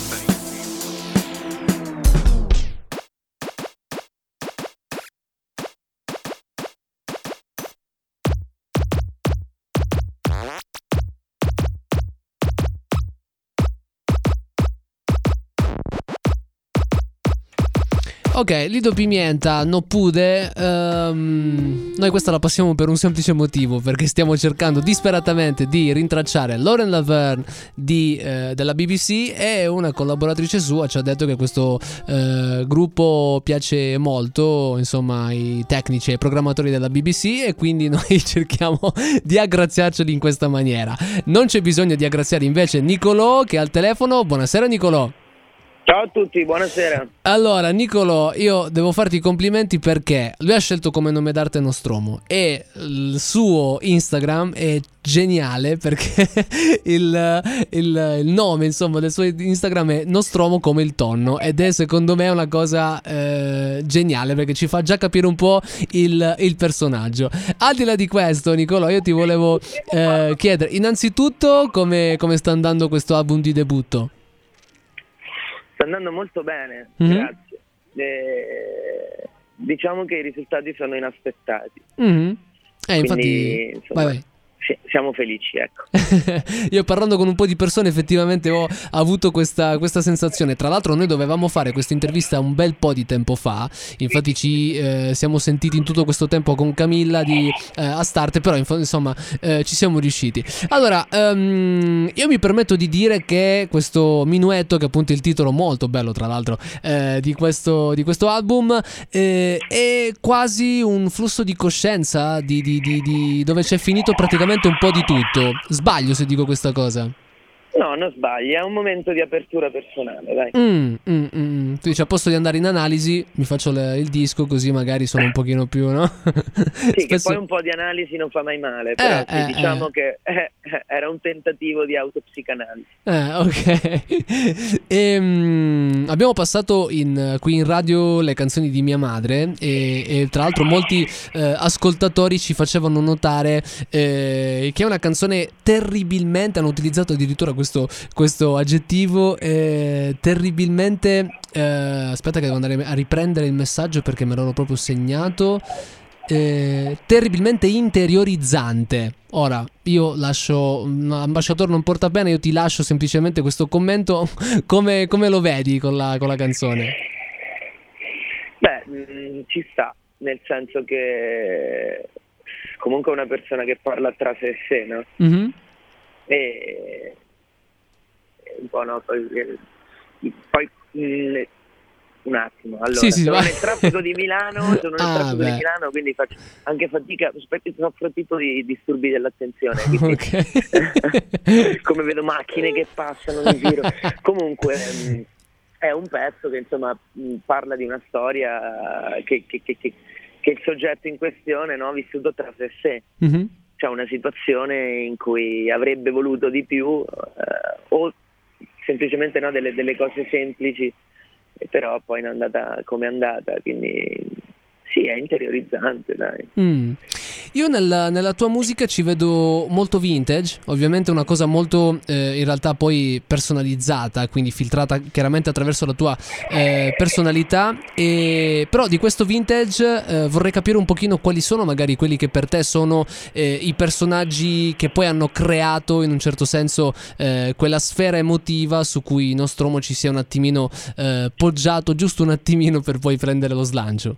Ok, Lido Pimienta, No Pude. um, Noi questa la passiamo per un semplice motivo, perché stiamo cercando disperatamente di rintracciare Lauren Laverne di, eh, della B B C, e una collaboratrice sua ci ha detto che questo eh, gruppo piace molto, insomma, ai tecnici e ai programmatori della B B C, e quindi noi cerchiamo di aggraziarceli in questa maniera. Non c'è bisogno di aggraziare invece Nicolò, che è al telefono. Buonasera Nicolò. Ciao a tutti, buonasera. Allora, Niccolò, io devo farti i complimenti perché lui ha scelto come nome d'arte Nostromo e il suo Instagram è geniale perché il, il, il nome, insomma, del suo Instagram è Nostromo come il tonno ed è secondo me una cosa eh, geniale perché ci fa già capire un po' il, il personaggio. Al di là di questo, Niccolò, io ti volevo eh, chiedere innanzitutto come, come sta andando questo album di debutto. Sta andando molto bene, Mm-hmm. grazie. Eh, diciamo che i risultati sono inaspettati. Mm-hmm. Eh, Quindi, infatti, insomma, vai, vai. sì, siamo felici, ecco. Io parlando con un po' di persone effettivamente ho avuto questa, questa sensazione. Tra l'altro noi dovevamo fare questa intervista un bel po' di tempo fa. Infatti ci eh, siamo sentiti in tutto questo tempo con Camilla di eh, Astarte. Però inf- insomma eh, ci siamo riusciti. Allora um, io mi permetto di dire che questo Minuetto, che appunto è il titolo molto bello tra l'altro eh, di, questo, di questo album, eh, è quasi un flusso di coscienza di, di, di, di dove c'è finito praticamente un po' di tutto. Sbaglio se dico questa cosa? No, non sbagli, è un momento di apertura personale, dai. Mm, mm, mm. Tu dici, a posto di andare in analisi mi faccio le, il disco così magari sono un pochino più, no? Sì, Spesso... che poi un po' di analisi non fa mai male, però Eh, sì, eh, diciamo eh. che eh, era un tentativo di autopsicanalisi. Eh, ok. E, mm, abbiamo passato in, qui in radio le canzoni di mia madre e, e tra l'altro molti eh, ascoltatori ci facevano notare eh, che è una canzone terribilmente, hanno utilizzato addirittura questo, questo aggettivo, eh, terribilmente, eh, aspetta che devo andare a riprendere il messaggio perché me l'ero proprio segnato. Eh, terribilmente interiorizzante. Ora io lascio, ambasciatore non porta bene, io ti lascio semplicemente questo commento. come, come lo vedi con la, con la canzone? Beh, mh, ci sta, nel senso che comunque è una persona che parla tra sé e sé, no? Mm-hmm. E un po' no, poi, poi mh, un attimo, allora Sì, sì, sono vai. nel traffico di Milano, sono nel Ah, traffico beh. di Milano, quindi faccio anche fatica, soffro tipo di disturbi dell'attenzione, quindi Ok. come vedo macchine che passano in giro. Comunque mh, è un pezzo che insomma mh, parla di una storia che, che, che, che, che il soggetto in questione, no, ha vissuto tra sé e sé. Mm-hmm. C'è una situazione in cui avrebbe voluto di più eh, o semplicemente no, delle, delle cose semplici, però poi non è andata come è andata, quindi sì, è interiorizzante, dai. Mm. Io nella, nella tua musica ci vedo molto vintage, ovviamente una cosa molto eh, in realtà poi personalizzata, quindi filtrata chiaramente attraverso la tua eh, personalità, e, però di questo vintage eh, vorrei capire un pochino quali sono magari quelli che per te sono eh, i personaggi che poi hanno creato in un certo senso eh, quella sfera emotiva su cui Nostromo ci sia un attimino eh, poggiato, giusto un attimino per poi prendere lo slancio.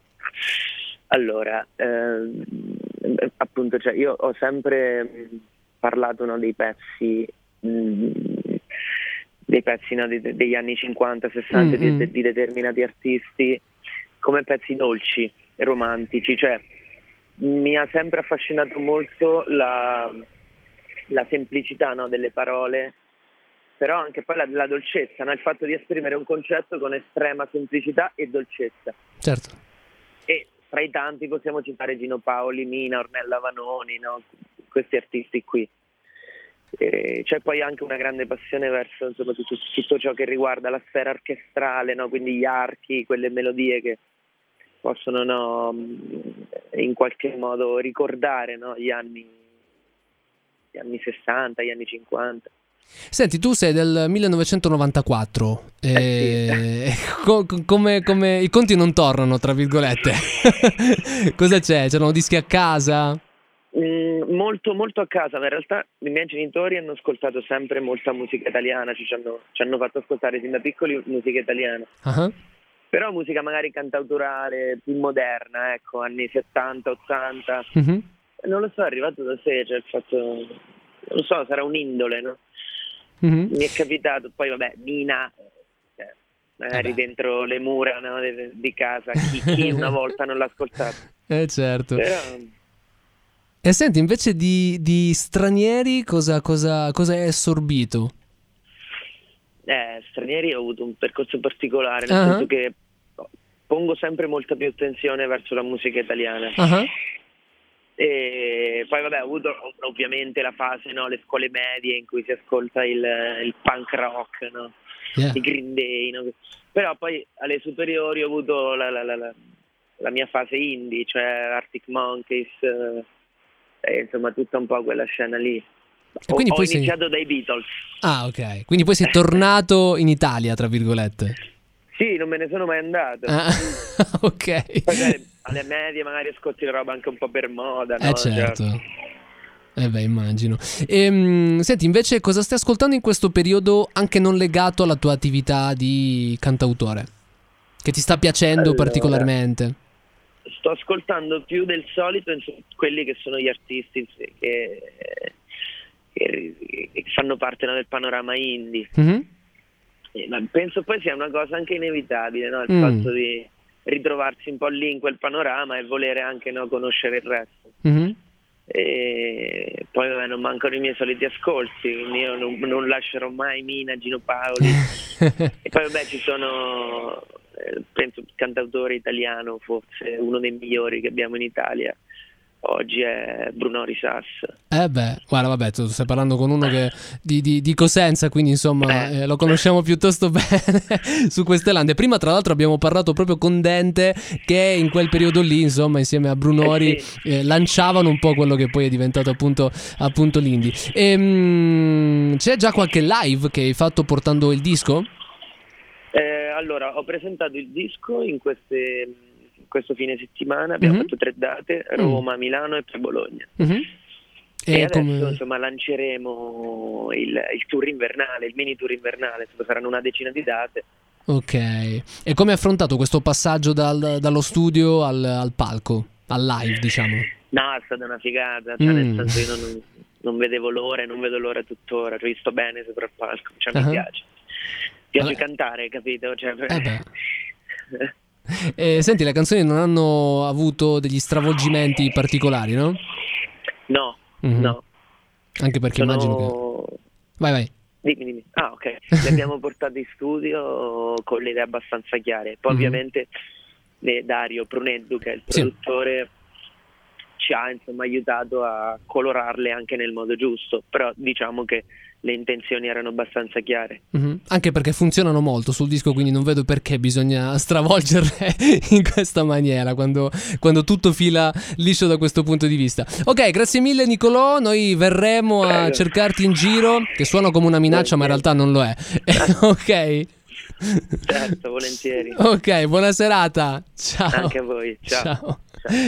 Allora, ehm, appunto, cioè io ho sempre mh, parlato no, dei pezzi, mh, dei pezzi no, de- degli anni cinquanta sessanta Mm-hmm. di, di determinati artisti come pezzi dolci, romantici, cioè mi ha sempre affascinato molto la, la semplicità no, delle parole, però anche poi la, la dolcezza, no? Il fatto di esprimere un concetto con estrema semplicità e dolcezza. Certo. E tra i tanti possiamo citare Gino Paoli, Mina, Ornella Vanoni, no? Questi artisti qui. E c'è poi anche una grande passione verso insomma, tutto, tutto ciò che riguarda la sfera orchestrale, no? Quindi gli archi, quelle melodie che possono no, in qualche modo ricordare no? gli anni, gli anni sessanta, gli anni cinquanta. Senti, tu sei del millenovecentonovantaquattro, eh, Eh co- come, come i conti non tornano, tra virgolette. Cosa c'è? C'erano dischi a casa? Mm, molto molto a casa, ma in realtà i miei genitori hanno ascoltato sempre molta musica italiana, cioè ci hanno, ci hanno fatto ascoltare sin da piccoli musica italiana. Uh-huh. Però musica magari cantautorale, più moderna, ecco, anni settanta, ottanta. Uh-huh. Non lo so, è arrivato da sé, cioè il fatto, non lo so, sarà un'indole, no? Uh-huh. Mi è capitato, poi vabbè, Mina, cioè, magari Vabbè. dentro le mura no, di, di casa, chi, chi una volta non l'ha ascoltato. Eh certo. Però... E senti, invece di, di stranieri cosa, cosa, cosa hai assorbito? Eh, stranieri ho avuto un percorso particolare, nel Uh-huh. senso che pongo sempre molta più attenzione verso la musica italiana. Uh-huh. E poi vabbè, ho avuto ovviamente la fase, no, le scuole medie in cui si ascolta il, il punk rock, no? Yeah. I Green Day, no? Però poi alle superiori ho avuto la, la, la, la, la mia fase indie, cioè Arctic Monkeys, eh, e insomma tutta un po' quella scena lì. Ho, quindi ho poi sei- iniziato dai Beatles. Ah, ok. Quindi poi sei tornato in Italia, tra virgolette. Sì, non me ne sono mai andato. Ah, ok. Poi sai, alle medie magari ascolti la roba anche un po' per moda, no? Eh certo. Cioè, Eh beh, immagino. Ehm, senti, invece cosa stai ascoltando in questo periodo anche non legato alla tua attività di cantautore? Che ti sta piacendo Allora, particolarmente? sto ascoltando più del solito insomma, quelli che sono gli artisti che, che, che fanno parte, no, del panorama indie. Mhm. Eh, ma penso poi sia una cosa anche inevitabile, no? Il Mm. fatto di ritrovarsi un po' lì in quel panorama e volere anche, no, conoscere il resto. Mhm. E poi vabbè, non mancano i miei soliti ascolti, quindi io non, non lascerò mai Mina, Gino Paoli. E poi vabbè ci sono, eh, penso, cantautore italiano, forse uno dei migliori che abbiamo in Italia oggi è Bruno Risas. Eh beh, guarda, vabbè, tu stai parlando con uno che di, di, di Cosenza, quindi insomma eh, lo conosciamo piuttosto bene su queste lande. Prima tra l'altro abbiamo parlato proprio con Dente che in quel periodo lì, insomma, insieme a Brunori Eh sì. eh, lanciavano un po' quello che poi è diventato appunto, appunto l'indie. Ehm, c'è già qualche live che hai fatto portando il disco? Eh, allora, ho presentato il disco in queste questo fine settimana, abbiamo Mhm. fatto tre date, Roma, Milano e poi Bologna. Mhm. E, E adesso come- insomma lanceremo il, il tour invernale, il mini tour invernale, insomma, saranno una decina di date. Ok. E come hai affrontato questo passaggio dal- dallo studio al, al palco, al live, diciamo? No, è stata una figata, cioè, Mm. nel senso io non, non vedevo l'ora e non vedo l'ora tuttora, ci ho visto bene sopra il palco, cioè Ah. mi piace. Mi piace Vabbè. cantare, capito? Cioè, Eh beh. Eh, senti, le canzoni non hanno avuto degli stravolgimenti particolari, no? no, Mhm. no. Anche perché Sono- immagino che... Vai, vai. Dimmi, dimmi. Ah, ok. Li abbiamo portati in studio con le idee abbastanza chiare. Poi Mhm. ovviamente eh, Dario Pruneddu, che è il Sì. produttore, ci ha insomma aiutato a colorarle anche nel modo giusto, però diciamo che le intenzioni erano abbastanza chiare. Mhm. Anche perché funzionano molto sul disco, quindi non vedo perché bisogna stravolgerle in questa maniera quando, quando tutto fila liscio da questo punto di vista. Ok, grazie mille Nicolò, noi verremo a Prego. cercarti in giro, che suona come una minaccia ma in realtà non lo è. Ok? Certo, volentieri. Ok, buona serata. Ciao. Anche a voi. Ciao. Ciao.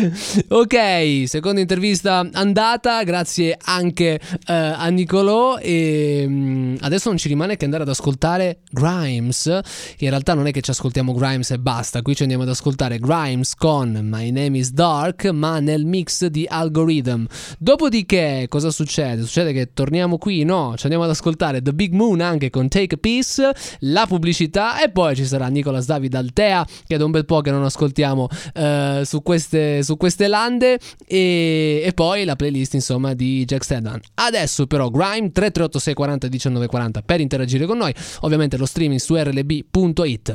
Ok, seconda intervista andata, grazie anche eh, a Nicolò e mm, adesso non ci rimane che andare ad ascoltare Grimes, che in realtà non è che ci ascoltiamo Grimes e basta, qui ci andiamo ad ascoltare Grimes con My Name is Dark, ma nel mix di Algorithm. Dopodiché cosa succede? Succede che torniamo qui, no? Ci andiamo ad ascoltare The Big Moon anche con Take a Piece, la pubblicità e poi ci sarà Nicolas David Altea, che è da un bel po' che non ascoltiamo eh, su queste su queste lande e, e poi la playlist insomma di Jack Stedman. Adesso però Grime tre tre otto sei quaranta diciannove quaranta per interagire con noi, ovviamente lo streaming su R L B punto it.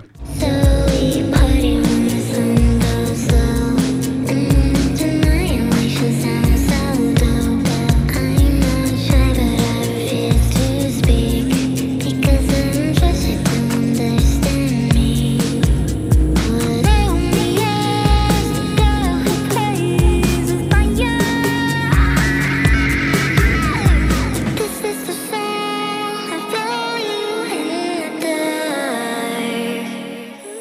This is the song I feel you in the dark.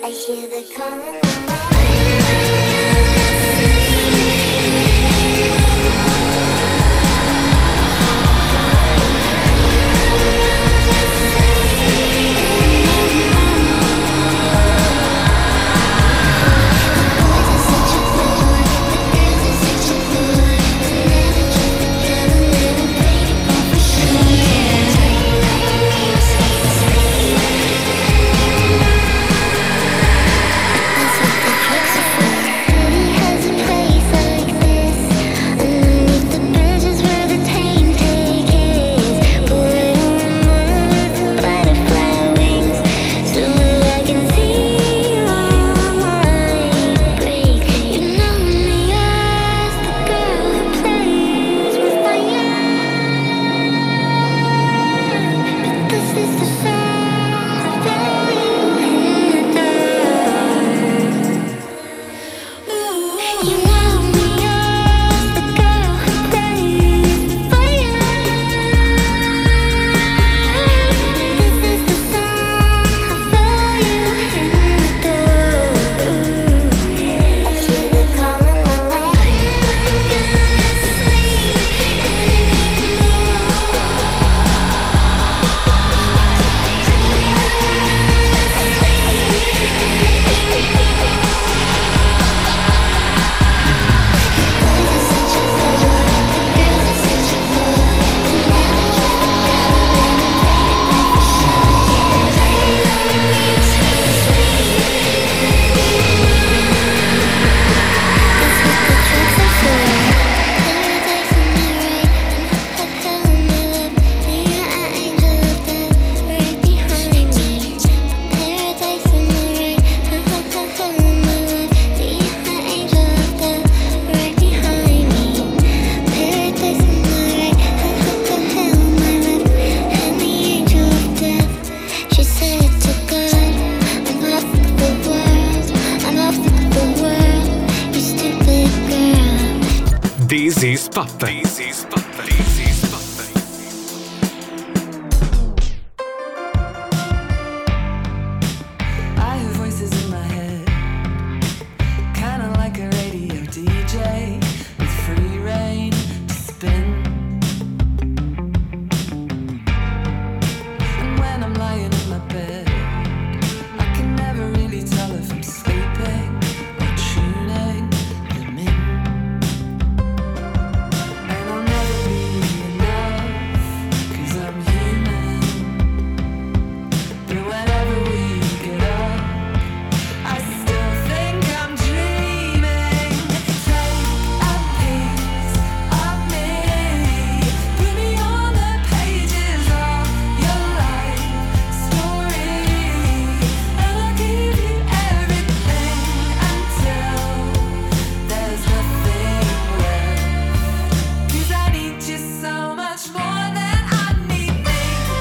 This is Pop. This is Pop. This is Pop. I hear voices in my head, kinda like a radio D J with free reign to spin. And when I'm lying in my bed, I can never really tell if I'm sleeping or tuning them in. And I'll never be enough, 'cause I'm human. But whenever we get up, I still think I'm dreaming. Take a piece of me, put me on the pages of your life story, and I'll give you everything until there's nothing left. 'Cause I need you so much more than I need me.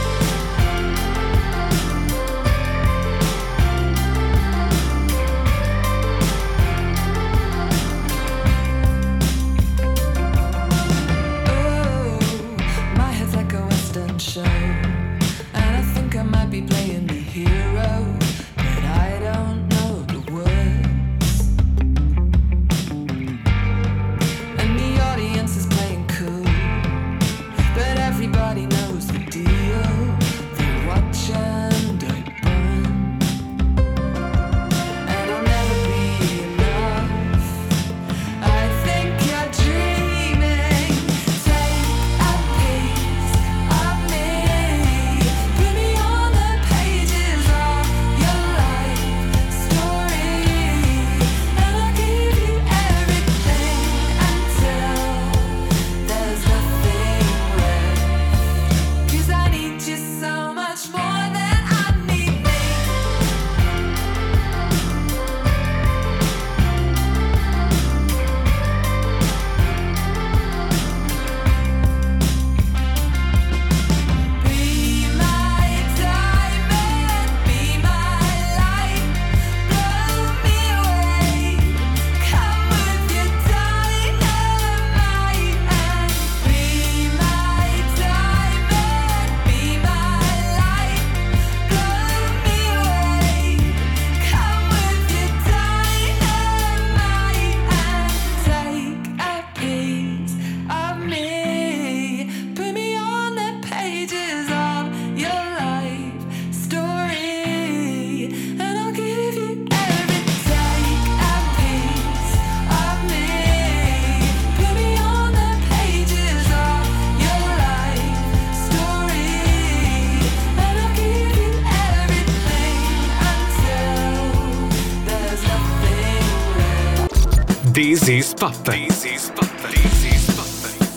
Oh, my head's like a western show, and I think I might be playing the hero, but I don't know the words. And the audience is playing cool, but everybody knows the deal. They watch and don't burn. And I'll never be enough, I think you're dreaming. Take a piece of me, put me on the pages of your life story, and I'll give you everything until there's nothing left. 'Cause I need you so much more than I need me. Be my diamond, be my light, blow me away. Come with your dynamite and be my diamond, be my light, blow me away. Come with your dynamite and take a piece of me, put me on the pages of your life story, and I'll give you every take a piece of me, put me on the pages of your life story, and I'll give you everything until there's nothing left. This is Pop. This is Pop. This is Pop.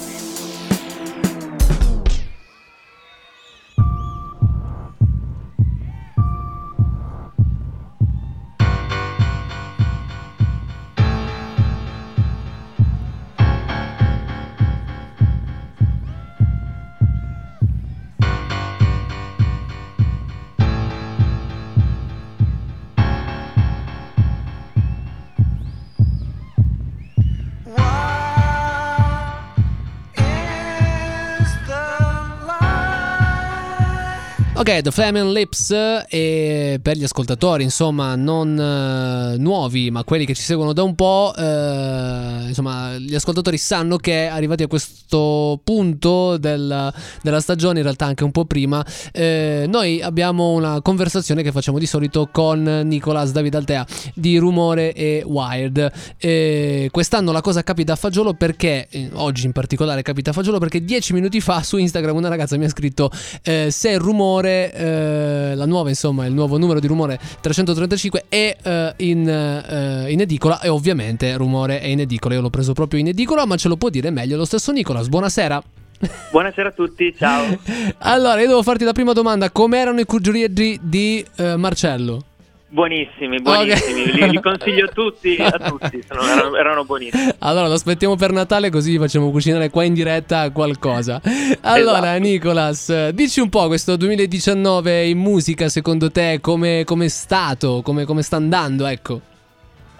Ok, The Flaming Lips, e per gli ascoltatori insomma non eh, nuovi ma quelli che ci seguono da un po', eh, insomma gli ascoltatori sanno che arrivati a questo punto del, della stagione, in realtà anche un po' prima, eh, noi abbiamo una conversazione che facciamo di solito con Nicolas David Altea di Rumore e Wired. Eh, quest'anno la cosa capita a fagiolo perché, eh, oggi in particolare capita a fagiolo perché dieci minuti fa su Instagram una ragazza mi ha scritto eh, se Rumore, eh, la nuova insomma il nuovo numero di Rumore trecentotrentacinque è eh, in, eh, in edicola, e ovviamente Rumore è in edicola. Io l'ho preso proprio in edicola, ma ce lo può dire meglio lo stesso Nicolas. Buonasera. Buonasera a tutti, ciao. Allora, io devo farti la prima domanda: com'erano i cuggiolieri di eh, Marcello? Buonissimi, buonissimi, okay. li, li consiglio tutti a tutti, sono, erano, erano buonissimi. Allora lo aspettiamo per Natale, così gli facciamo cucinare qua in diretta qualcosa. Allora esatto. Nicolas, dici un po' questo duemiladiciannove in musica, secondo te come è stato, come sta andando, ecco?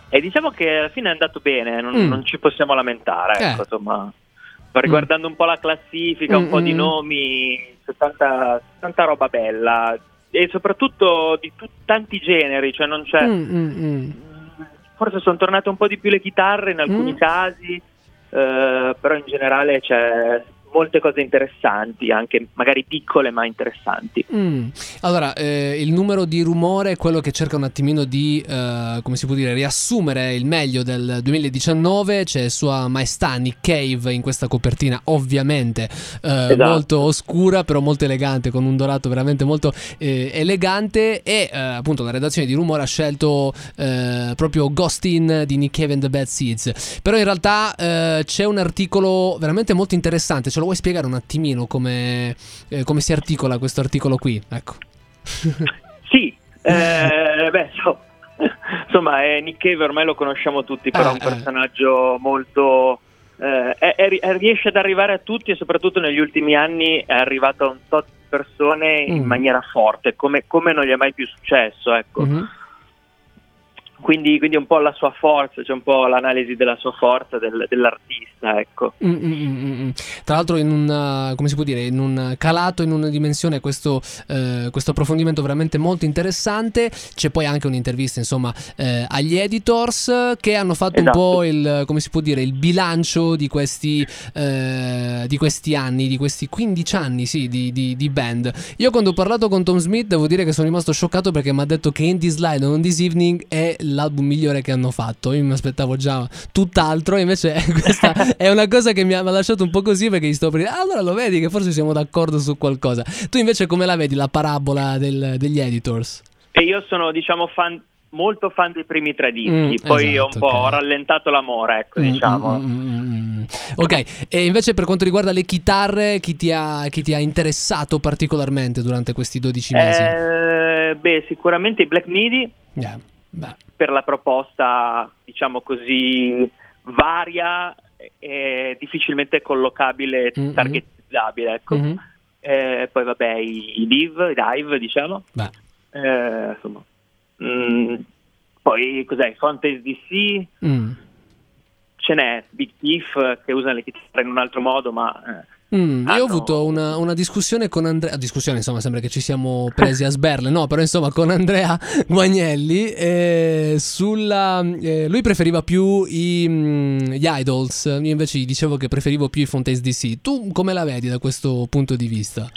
E diciamo che alla fine è andato bene, non, Mm. non ci possiamo lamentare, ecco, Eh. insomma. Riguardando un po' la classifica, un Mm, po' di mm. nomi, c'è tanta, tanta roba bella e soprattutto di tut- tanti generi, cioè non c'è. Mm, mm, mm. Forse sono tornate un po' di più le chitarre in alcuni Mm. casi, eh, però in generale c'è molte cose interessanti, anche magari piccole ma interessanti. Mm. Allora, eh, il numero di Rumore è quello che cerca un attimino di, eh, come si può dire, riassumere il meglio del duemiladiciannove. C'è Sua Maestà Nick Cave in questa copertina, ovviamente eh, Esatto. molto oscura, però molto elegante, con un dorato veramente molto eh, elegante. E eh, appunto la redazione di Rumore ha scelto eh, proprio Ghostin di Nick Cave and the Bad Seeds. Però in realtà eh, c'è un articolo veramente molto interessante. Ce lo vuoi spiegare un attimino come, eh, come si articola questo articolo qui? Ecco. Sì, eh, beh, so- insomma, eh, Nick Cave ormai lo conosciamo tutti, però è Ah, un eh. personaggio molto... eh, è- è- è- riesce ad arrivare a tutti e soprattutto negli ultimi anni è arrivato a un tot di persone in Mm. maniera forte, come, come non gli è mai più successo, ecco. Mhm. Quindi, quindi un po' la sua forza, c'è un po' l'analisi della sua forza, del- dell'artista, ecco. Mm, mm, mm, mm. Tra l'altro in un, come si può dire, in un calato in una dimensione questo, eh, questo approfondimento veramente molto interessante. C'è poi anche un'intervista insomma eh, agli editors che hanno fatto Esatto. un po' il, come si può dire, il bilancio di questi, eh, di questi anni, di questi quindici anni sì, di, di, di band. Io quando ho parlato con Tom Smith devo dire che sono rimasto scioccato perché mi ha detto che In This Light On This Evening è l'album migliore che hanno fatto. Io mi aspettavo già tutt'altro, invece questa è una cosa che mi ha, mi ha lasciato un po' così, perché gli sto per dire ah, allora lo vedi che forse siamo d'accordo su qualcosa. Tu invece come la vedi la parabola del- degli editors? E io sono, diciamo, fan, molto fan dei primi tre dischi, Mm, poi esatto, ho un po' ok. ho rallentato l'amore, ecco, Mm, diciamo. mm, mm, mm, mm. Ok, e invece per quanto riguarda le chitarre, chi ti ha, chi ti ha interessato particolarmente durante questi dodici mesi? Eh, beh, sicuramente i Black Midi, Yeah, beh. per la proposta, diciamo così, varia e difficilmente collocabile, Mm-mm. targetizzabile, ecco. Mhm. Eh, poi vabbè i, i div, i dive, diciamo. Beh. Eh, insomma. Mm, poi cos'è? Fontes D C, Mm. ce n'è Big Thief che usano le chitarre in un altro modo, ma eh, Mm, io hanno- ho avuto una, una discussione con Andrea, discussione insomma sembra che ci siamo presi a sberle, no, però insomma con Andrea Guagnelli eh, sulla, eh, lui preferiva più i, mm, gli Idols, io invece gli dicevo che preferivo più i Fontaines D C. Tu come la vedi da questo punto di vista?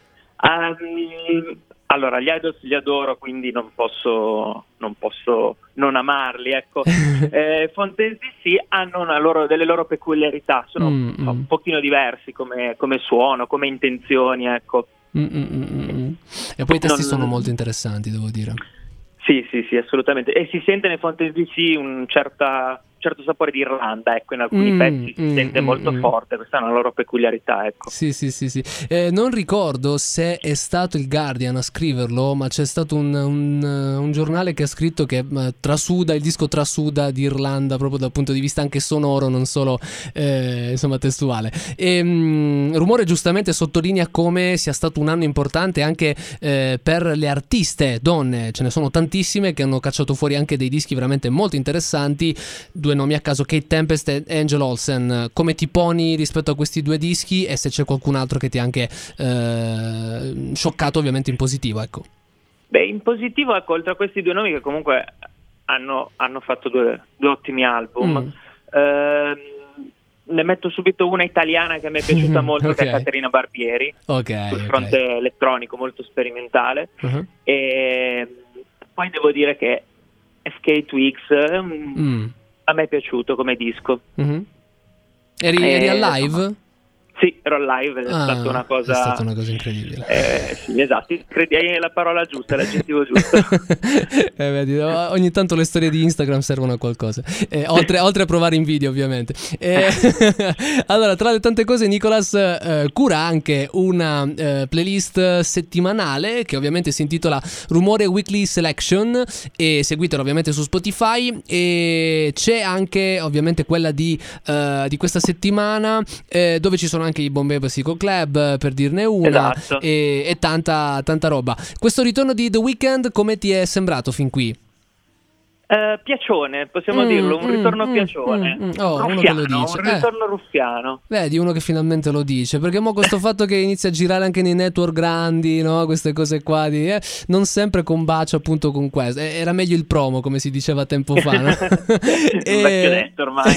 Ehm, allora, gli Idols li adoro, quindi non posso non, posso non amarli, ecco. eh, Fontaines D C hanno una loro, delle loro peculiarità, sono Mm, un mm. pochino diversi come, come suono, come intenzioni, ecco. Mm, mm, mm, mm, mm. E poi i testi Non- sono molto interessanti, devo dire. Sì, sì, sì, assolutamente. E si sente nei Fontaines D C un certa, certo sapore di Irlanda, ecco, in alcuni Mm, pezzi si mm, sente mm, molto mm. forte, questa è una loro peculiarità, ecco. Sì, sì, sì, sì. Eh, non ricordo se è stato il Guardian a scriverlo, ma c'è stato un, un, eh, un giornale che ha scritto che eh, trasuda, il disco trasuda di Irlanda proprio dal punto di vista anche sonoro, non solo eh, insomma testuale. E, mh, Rumore giustamente sottolinea come sia stato un anno importante anche eh, per le artiste donne, ce ne sono tantissime che hanno cacciato fuori anche dei dischi veramente molto interessanti. Due nomi a caso, Kate Tempest e Angel Olsen. Come ti poni rispetto a questi due dischi e se c'è qualcun altro che ti ha anche eh, scioccato ovviamente in positivo, ecco. Beh, in positivo, ecco, oltre a questi due nomi che comunque hanno, hanno fatto due, due ottimi album, Mm. ehm, ne metto subito una italiana che mi è piaciuta molto, che è Ok. Caterina Barbieri, Ok, sul ok. fronte elettronico molto sperimentale. Uh-huh. E poi devo dire che F K Twigs mm, Mm. a me è piaciuto come disco. Mhm. Eri, Eh, eri al live? Sì, ero live, è Ah, stata una cosa... è stata una cosa incredibile. Eh, sì, esatto, credi hai la parola giusta, l'aggettivo giusto. Eh, vedi, ogni tanto le storie di Instagram servono a qualcosa, eh, oltre, oltre a provare in video ovviamente. Eh, allora, tra le tante cose Nicolas eh, cura anche una eh, playlist settimanale che ovviamente si intitola Rumore Weekly Selection e seguitelo ovviamente su Spotify, e c'è anche ovviamente quella di, eh, di questa settimana eh, dove ci sono anche i Bombay Psycho Club, per dirne una, Esatto. e, e tanta, tanta roba. Questo ritorno di The Weeknd come ti è sembrato fin qui? Uh, piacione, possiamo Mm, dirlo, un mm, ritorno mm, piacione. mm, mm. Oh, uno che lo Ruffiano, dice. un Eh. ritorno ruffiano. Vedi, uno che finalmente lo dice, perché mo questo fatto che inizia a girare anche nei network grandi, no? Queste cose qua di, eh, non sempre combacia appunto con questo. Eh, Era meglio il promo, come si diceva tempo fa, no? Un vecchio detto ormai.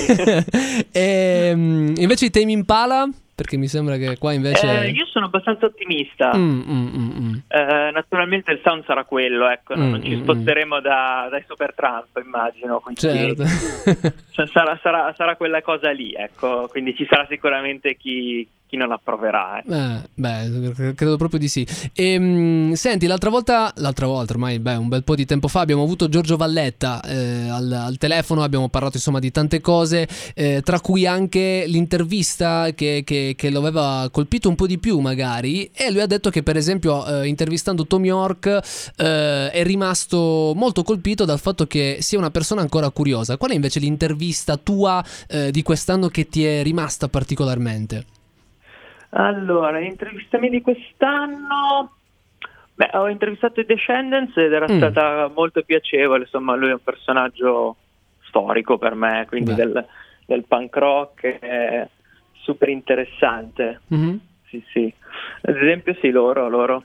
E, mm, invece i Tame Impala, perché mi sembra che qua invece Eh, io sono abbastanza ottimista. Mm, mm, mm, mm. Eh, naturalmente il sound sarà quello, ecco, no? Mm, non ci mm, sposteremo da, dai Super Trump, immagino. Quindi Certo. cioè, sarà, sarà, sarà quella cosa lì, ecco. Quindi ci sarà sicuramente chi, chi non approverà. Eh. Eh, beh, credo proprio di sì. E, mh, senti, l'altra volta, l'altra volta ormai, beh, un bel po' di tempo fa, abbiamo avuto Giorgio Valletta eh, al, al telefono, abbiamo parlato insomma di tante cose, eh, tra cui anche l'intervista che, che, che lo aveva colpito un po' di più magari, e lui ha detto che per esempio eh, intervistando Tom York eh, è rimasto molto colpito dal fatto che sia una persona ancora curiosa. Qual è invece l'intervista tua eh, di quest'anno che ti è rimasta particolarmente? Allora, intervistami di quest'anno. Beh, ho intervistato i Descendants ed era Mm. stata molto piacevole, insomma, lui è un personaggio storico per me, quindi Beh. del, del punk rock, è super interessante. Mhm. Sì, sì. Ad esempio, sì, loro, loro.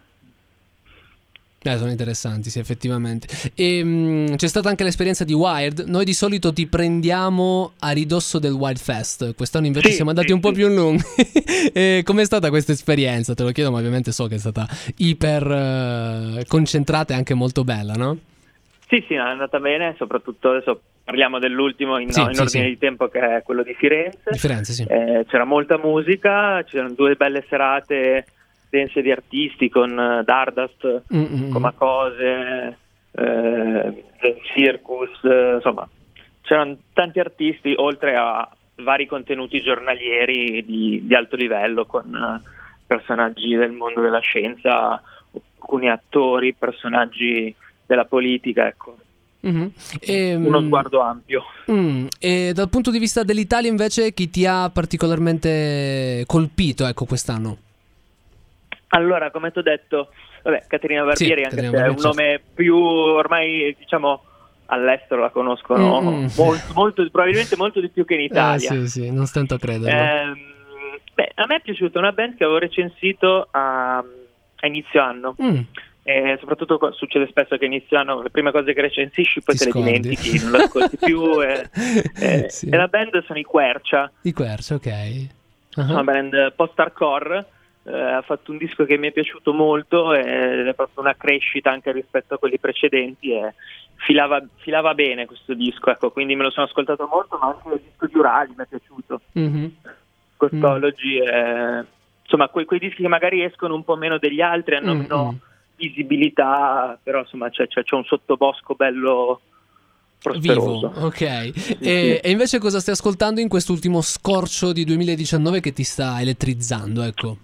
Eh, sono interessanti, sì, effettivamente. E mh, c'è stata anche l'esperienza di Wired. Noi di solito ti prendiamo a ridosso del Wild Fest. Quest'anno invece Sì, siamo andati sì, un po' sì. più in lungo. E com'è stata questa esperienza? Te lo chiedo, ma ovviamente so che è stata iper eh, concentrata e anche molto bella, no? Sì, sì, è andata bene, soprattutto adesso parliamo dell'ultimo in, Sì, no, in sì, ordine sì. di tempo, che è quello di Firenze. Di Firenze, sì. Eh, c'era molta musica, c'erano due belle serate dense di artisti con eh, Dardust, Mm, mm, mm. Comacose, eh, The Circus, eh, insomma c'erano tanti artisti oltre a vari contenuti giornalieri di, di alto livello con eh, personaggi del mondo della scienza, alcuni attori, personaggi della politica, ecco. Mhm. E, Uno mh, sguardo ampio. mm, e dal punto di vista dell'Italia invece chi ti ha particolarmente colpito, ecco, quest'anno? Allora, come ti ho detto, vabbè, Caterina Barbieri, Sì, anche Caterina se è Barbieri, un nome più ormai, diciamo, all'estero la conoscono Mm, mm. molto, molto, probabilmente molto di più che in Italia. Eh, sì, sì, non stento a crederlo. Ehm, beh, a me è piaciuta una band che avevo recensito a, a inizio anno. Mm. E soprattutto co- succede spesso che inizio anno le prime cose che recensisci poi Ti te le scordi. dimentichi, non le ascolti più. E, e- Sì. e la band sono i Quercia, I Quercia, ok. una Ah. band post-hardcore. Eh, ha fatto un disco che mi è piaciuto molto ed è proprio una crescita anche rispetto a quelli precedenti e filava, filava bene questo disco, ecco, quindi me lo sono ascoltato molto, ma anche il disco di Urali mi è piaciuto, Mhm. Costology, e, insomma quei, quei dischi che magari escono un po' meno degli altri, hanno Mm, meno mm. visibilità, però insomma c'è, c'è, c'è un sottobosco bello prosperoso. Vivo, ok. E, e invece cosa stai ascoltando in quest'ultimo scorcio di duemiladiciannove che ti sta elettrizzando, ecco?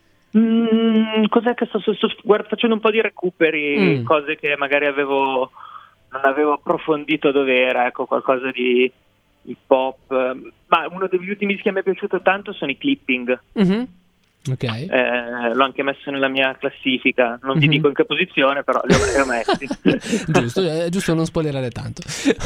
Mm, cos'è che sto, sto- sto- guarda, facendo un po' di recuperi, Mm. cose che magari avevo non avevo approfondito a dovere, ecco, qualcosa di hip hop, ma uno degli ultimi che mi è piaciuto tanto sono i Clipping. Mhm. Ok. Eh, l'ho anche messo nella mia classifica, non vi Mhm. dico in che posizione, però li ho, li ho messi. Giusto, è giusto non spoilerare tanto.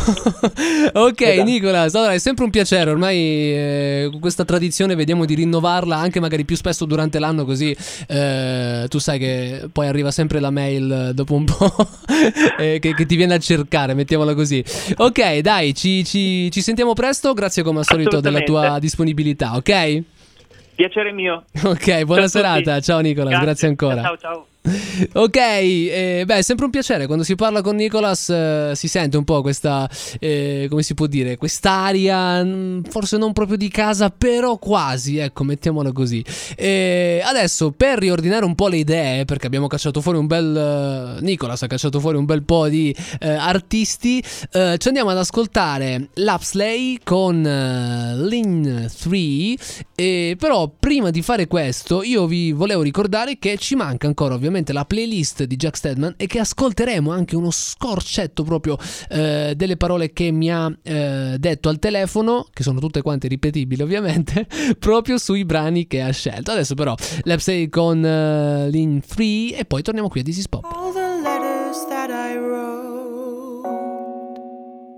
Ok, Esatto. Nicolas, allora è sempre un piacere, ormai eh, con questa tradizione vediamo di rinnovarla anche magari più spesso durante l'anno, così eh, tu sai che poi arriva sempre la mail dopo un po' eh, che, che ti viene a cercare, mettiamola così. Ok, dai, ci, ci, ci sentiamo presto, grazie come al solito della tua Assolutamente. disponibilità, ok? Piacere mio. Ok, buona Ciao a tutti. serata, ciao Nicolas, grazie ancora. Ciao ciao. Ok, eh, beh, è sempre un piacere quando si parla con Nicolas, eh, si sente un po' questa, eh, come si può dire, quest'aria, mh, forse non proprio di casa, però quasi, ecco, mettiamola così. E adesso, per riordinare un po' le idee, perché abbiamo cacciato fuori un bel, eh, Nicolas ha cacciato fuori un bel po' di eh, artisti, eh, ci andiamo ad ascoltare Lapsley con eh, Lean tre, e però prima di fare questo io vi volevo ricordare che ci manca ancora ovviamente la playlist di Jack Stedman e che ascolteremo anche uno scorcetto proprio eh, delle parole che mi ha eh, detto al telefono, che sono tutte quante ripetibili ovviamente, proprio sui brani che ha scelto. Adesso però Lapsley con uh, Lean tre e poi torniamo qui a This Is Pop. All the letters that I wrote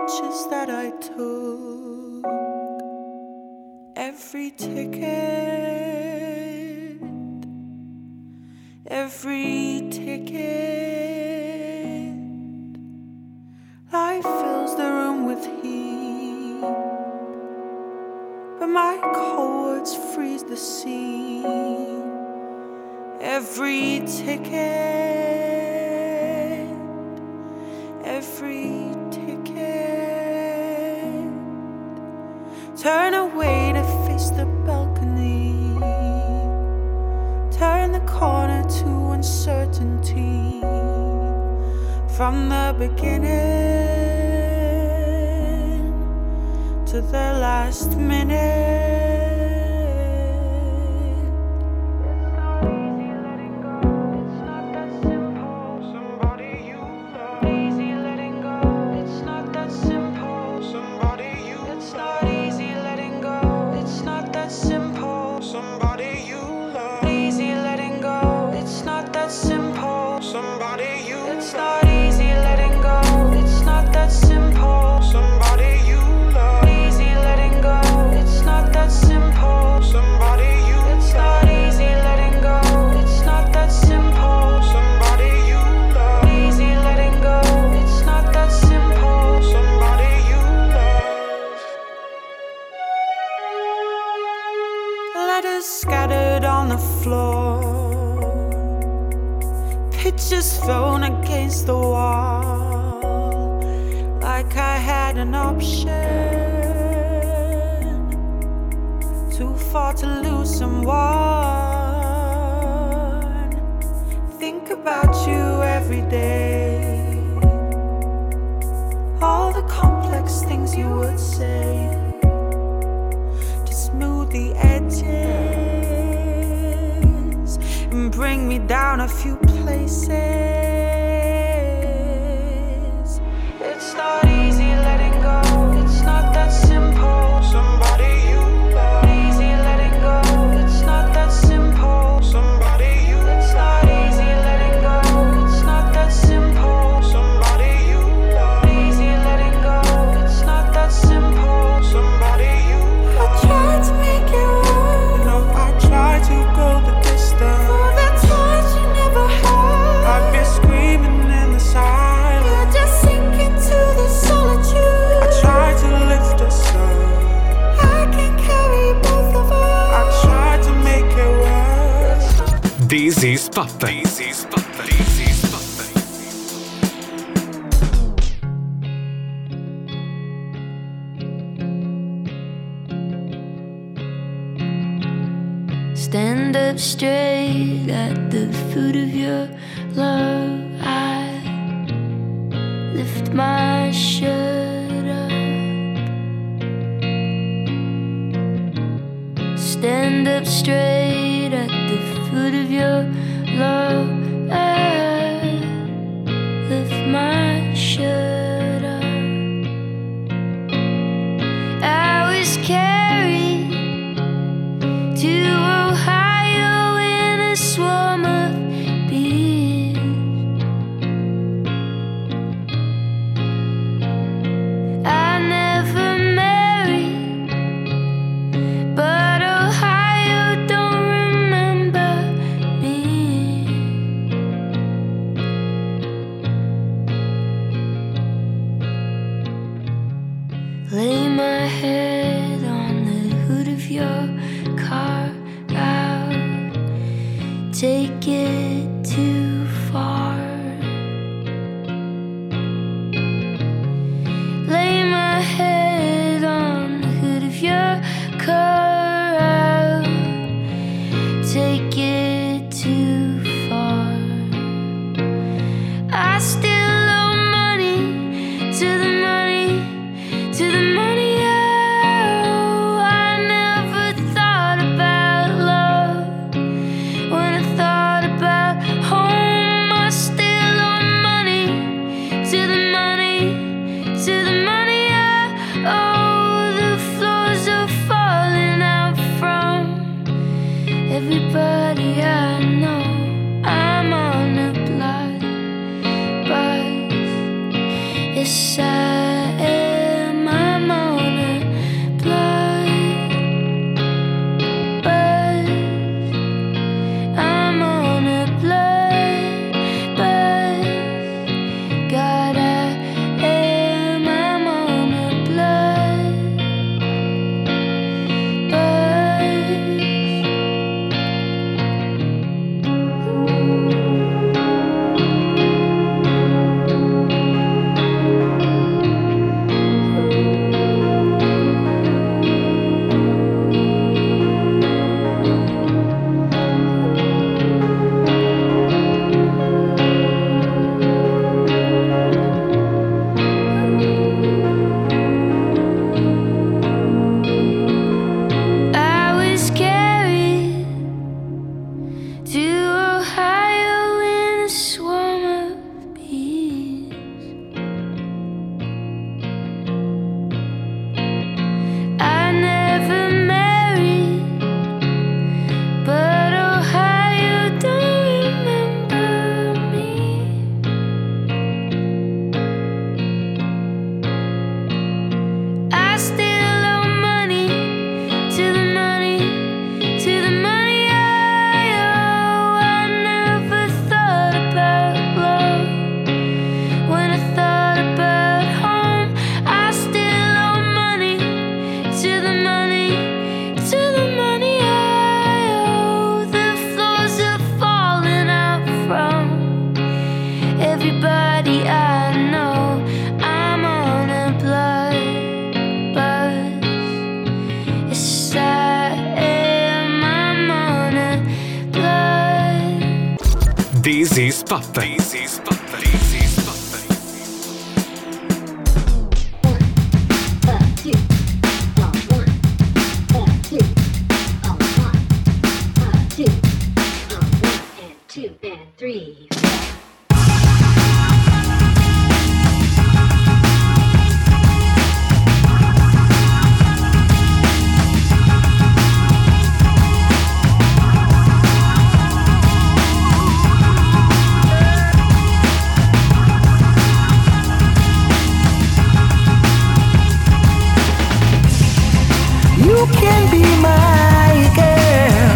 pictures that I took, every ticket, every ticket. Life fills the room with heat, but my cold words freeze the scene. Every ticket, every ticket. Turn away to face the balcony, turn the corner to uncertainty. From the beginning to the last minute. Scattered on the floor, pictures thrown against the wall, like I had an option, too far to lose someone. Think about you every day, all the complex things you would say to smooth the edges and bring me down a few places. It's not easy letting go, it's not that simple. Somebody you love. Easy letting go, it's not that simple. Somebody you love. It's not easy letting go, it's not that simple. Somebody you love. Easy letting go, it's not that simple. Somebody you love. I tried to make it work. No, I tried to go the distance. I've been screaming in the silence. You're just sinking to the solitude. I try to lift us up. I can carry both of us. I try to make it work. This is Pop. This is Pop. This is Pop. Stand up straight at the foot of your love. I lift my shirt up. Stand up straight at the foot of your love. I lift my shirt up. I was carried to Ohio in a swarm of bees. I never married, but Ohio don't remember me. Lay my head on the hood of your car. I'll take it too far. Lay my head on the hood of your car. I'll take it too far. I still owe money to the money, to the money. Oh, I never thought Dizzy's Pop. Dizzy's Pop. Dizzy's Pop. Two and three. You can be my girl.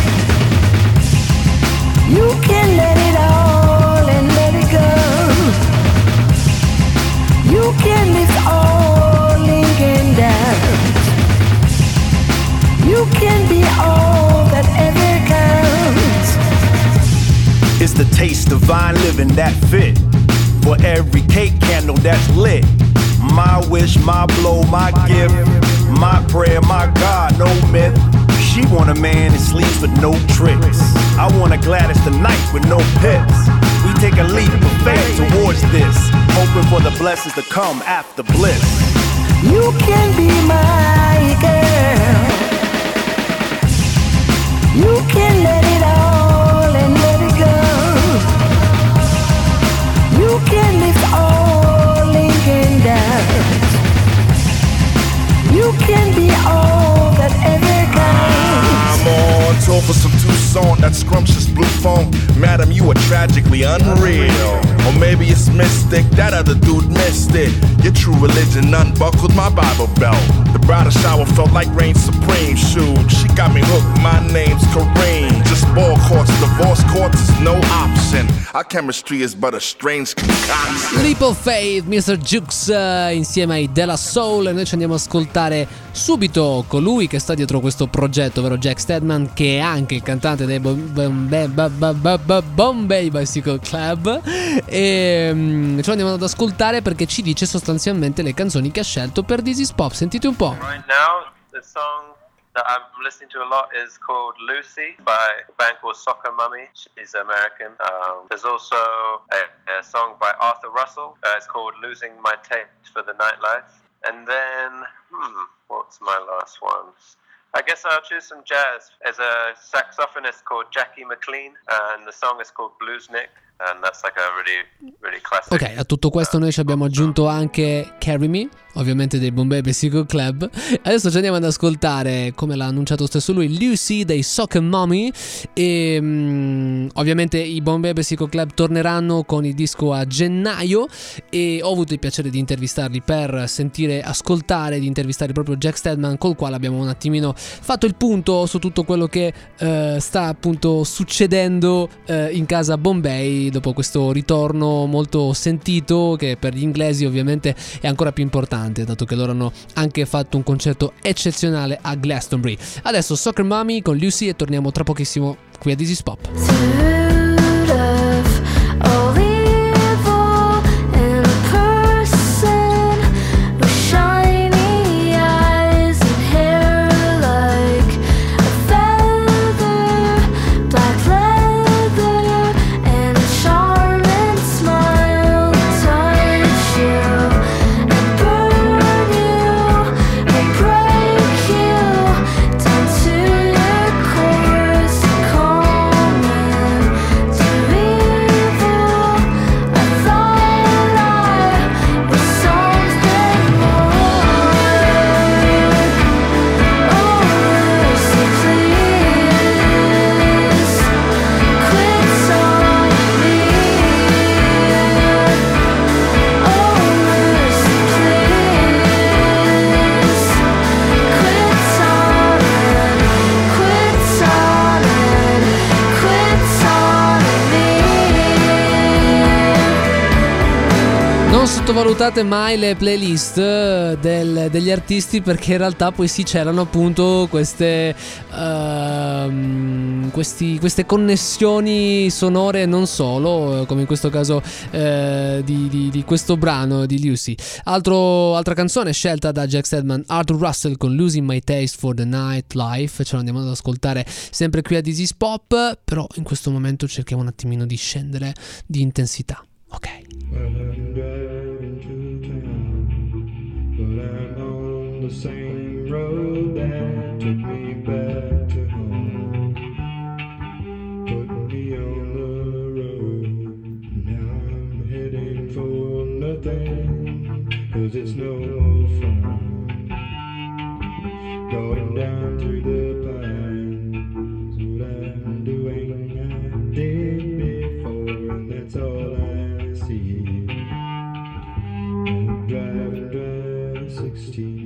You can let it all and let it go. You can lift all Lincoln down. You can be all that ever counts. It's the taste of divine living that fit for every cake candle that's lit. My wish, my blow, my gift, my prayer, my God, no myth. She want a man that sleeps with no tricks. I want a Gladys tonight with no pips. We take a leap of faith towards this, hoping for the blessings to come after bliss. You can be my girl. You can let it all and let it go. You can lift all Lincoln down. You can be all that ever counts. I'm on tour for some Tucson, that scrumptious blue phone. Madam, you are tragically unreal. Or maybe it's Mystic, that other dude missed it. Your true religion unbuckled my Bible belt. The bridal shower felt like reign supreme. Shoot, she got me hooked, my name's Kareem. Just ball courts, divorce courts is no option. Our chemistry is but a strange concoction. Leap of Faith, mister Jukes uh, insieme ai De La Soul. E noi ci andiamo a ascoltare subito colui che sta dietro questo progetto, ovvero Jack Stedman, che è anche il cantante dei Bombay, Bombay Bicycle Club. E um, ce lo andiamo ad ascoltare perché ci dice sostanzialmente le canzoni che ha scelto per Dizzy's Pop. Sentite un po'. Right now, the song that I'm listening to a lot is called Lucy by a band called Soccer Mummy. She's American. Um, there's also a, a song by Arthur Russell. Uh, it's called Losing My Taste for the Nightlife. And then, hmm, what's my last one? I guess I'll choose some jazz. There's a saxophonist called Jackie McLean, and the song is called Bluesnick. And that's like a really, really classic. Ok, a tutto questo noi ci abbiamo aggiunto anche Carry Me, ovviamente dei Bombay Bicycle Club. Adesso ci andiamo ad ascoltare, come l'ha annunciato stesso lui, Lucy dei Soccer Mommy. E um, ovviamente i Bombay Bicycle Club torneranno con il disco a gennaio. E ho avuto il piacere di intervistarli per sentire, ascoltare, di intervistare proprio Jack Stedman, col quale abbiamo un attimino fatto il punto su tutto quello che uh, sta appunto succedendo uh, in casa Bombay dopo questo ritorno molto sentito, che per gli inglesi ovviamente è ancora più importante, dato che loro hanno anche fatto un concerto eccezionale a Glastonbury. Adesso Soccer Mommy con Lucy e torniamo tra pochissimo qui a Dizzy's Pop. Down to the chorus, calling. sottovalutate mai le playlist del, degli artisti, perché in realtà poi sì, c'erano appunto queste uh, questi, queste connessioni sonore, non solo, come in questo caso uh, di, di, di questo brano di Lucy. Altro, altra canzone scelta da Jack Stedman, Arthur Russell con Losing My Taste for the Nightlife, ce lo andiamo ad ascoltare sempre qui a This Is Pop, però in questo momento cerchiamo un attimino di scendere di intensità. Ok. Same road that took me back to home, put me on the road. Now I'm heading for nothing, 'cause it's no more fun going down through the pines. What I'm doing I did before, and that's all I see. I'm driving, driving sixteen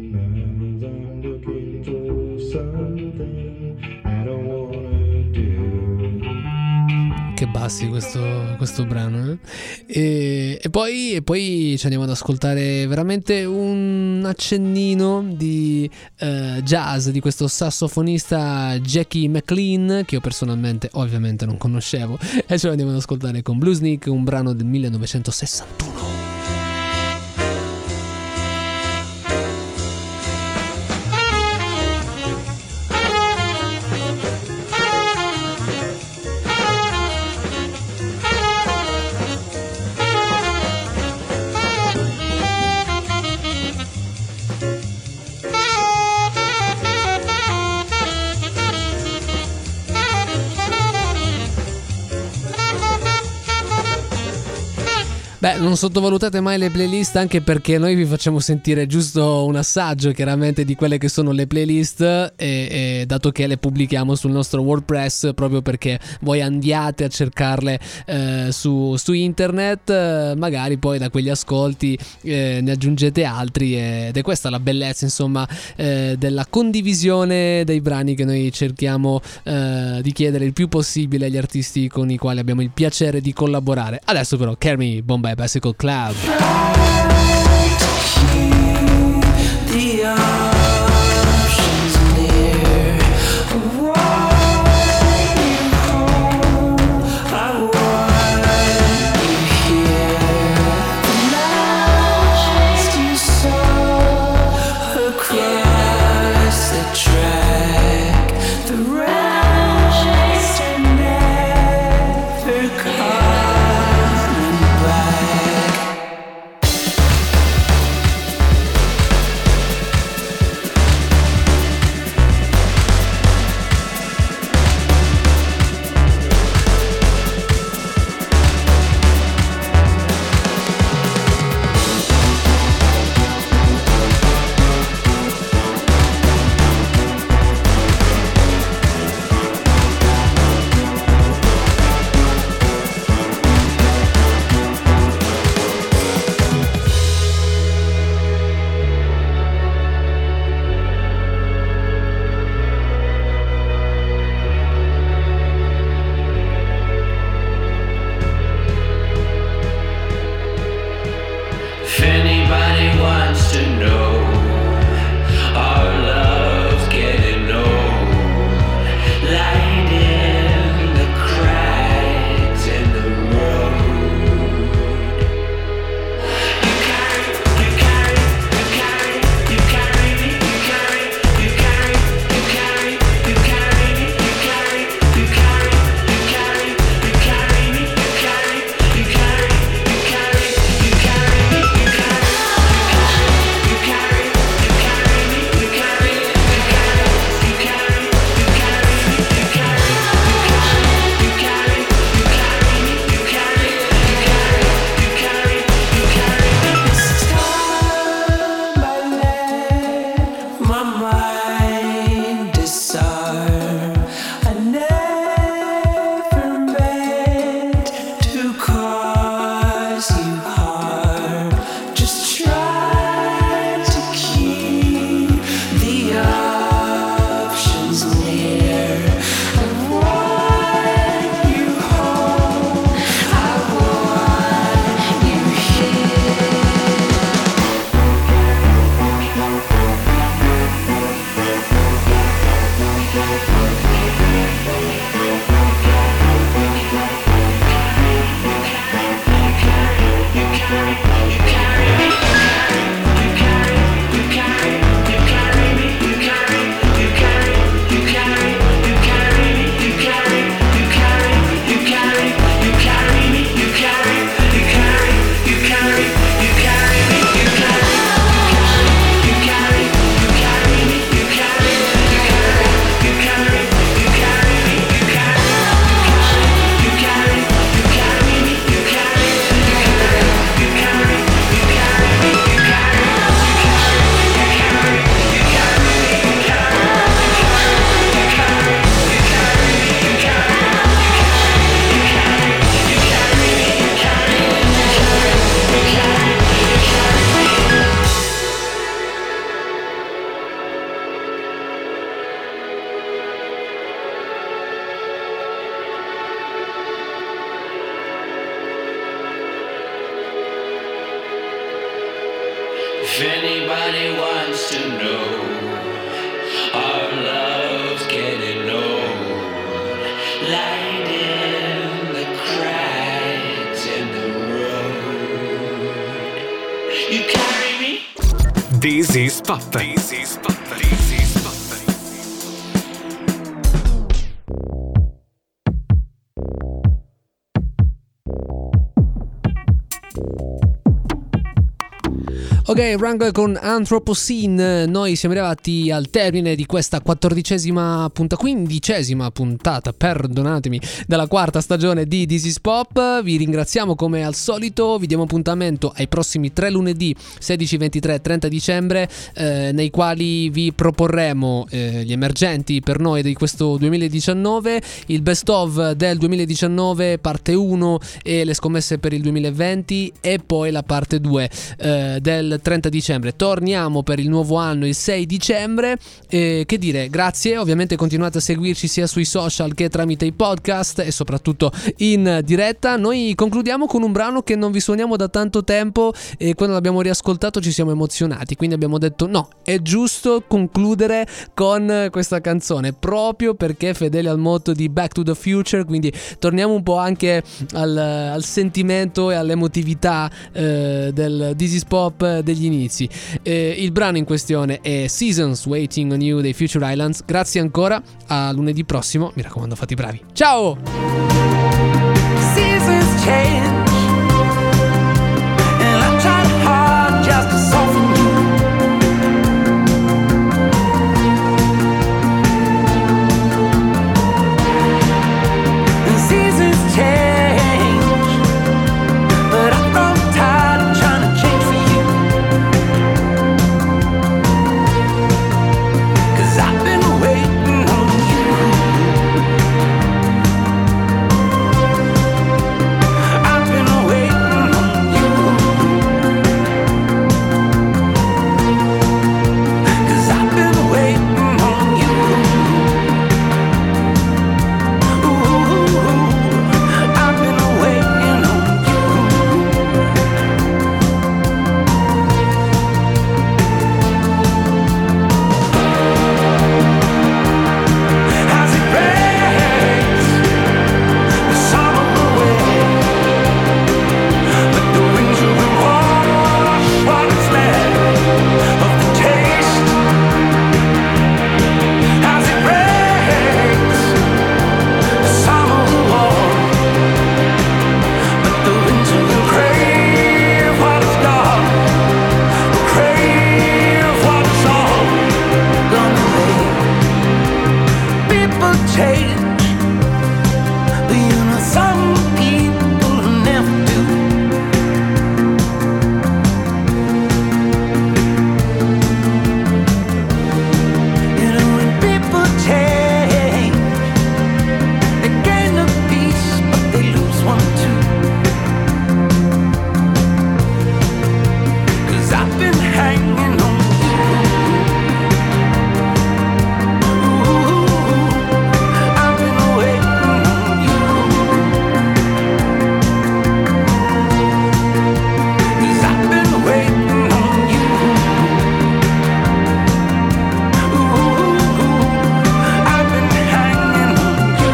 Che bassi questo, questo brano, eh? e, e, poi, e poi ci andiamo ad ascoltare veramente un accennino di eh, jazz di questo sassofonista Jackie McLean, che io personalmente ovviamente non conoscevo, e ce lo andiamo ad ascoltare con Bluesnik, un brano del millenovecentosessantuno. Beh, non sottovalutate mai le playlist, anche perché noi vi facciamo sentire giusto un assaggio chiaramente di quelle che sono le playlist, e, e dato che le pubblichiamo sul nostro WordPress, proprio perché voi andiate a cercarle eh, su, su internet, eh, magari poi da quegli ascolti eh, ne aggiungete altri, ed è questa la bellezza, insomma, eh, della condivisione dei brani che noi cerchiamo eh, di chiedere il più possibile agli artisti con i quali abbiamo il piacere di collaborare. Adesso però Carry Me Bombay Bicycle Club. just to know our love's getting old. Lighting the cracks in the road. You carry me? This is Pop. This is Pop. This is Pop. Ok, Wrangler con Anthropocene. Noi siamo arrivati al termine di questa quattordicesima puntata, quindicesima puntata, perdonatemi, della quarta stagione di This is Pop. Vi ringraziamo come al solito, vi diamo appuntamento ai prossimi tre lunedì sedici, ventitré e trenta dicembre, eh, nei quali vi proporremo eh, gli emergenti per noi di questo duemiladiciannove, il best of del duemiladiciannove parte uno e le scommesse per il duemilaventi, e poi la parte due eh, del trenta dicembre. Torniamo per il nuovo anno il sei dicembre. Eh, che dire, grazie, ovviamente continuate a seguirci sia sui social che tramite i podcast e soprattutto in diretta. Noi concludiamo con un brano che non vi suoniamo da tanto tempo e quando l'abbiamo riascoltato ci siamo emozionati, quindi abbiamo detto no, è giusto concludere con questa canzone proprio perché è fedele al motto di Back to the Future, quindi torniamo un po' anche al, al sentimento e all'emotività eh, del This is Pop degli inizi. Eh, il brano in questione è Seasons Waiting on You dei Future Islands. Grazie ancora, a lunedì prossimo, mi raccomando fate i bravi, ciao! Seasons change, and I tried hard just to soften you. And seasons change, but I've grown tired of trying to change for you. 'Cause I've been waiting on you. I've been waiting on you. 'Cause I've been waiting on you. Ooh, I've been waiting on you. As it rains, the summer away, but the winter will wash what is left of the taste. As it rains, the summer will warm, but the winter will crave what is gone, will crave what is all gone away. People change, but you know some people never do. You know when people change, they gain a piece, but they lose one too. 'Cause I've been hanging on you. Ooh, I've been waiting on you. 'Cause I've been waiting on you. Ooh, I've been hanging on you.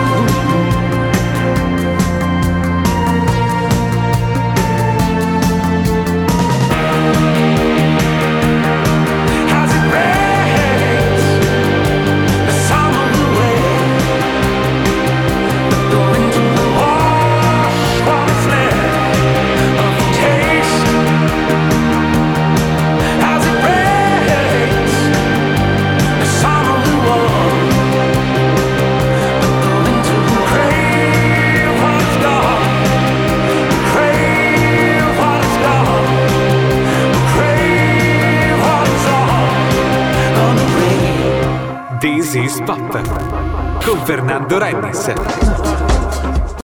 As it rains, the summer away, but the winter will wash what is left of the taste. As it rains, the summer will warm, but the winter will crave what is gone, will crave what is gone, will crave what is all gonna rain. This is Pop con Fernando Rennes.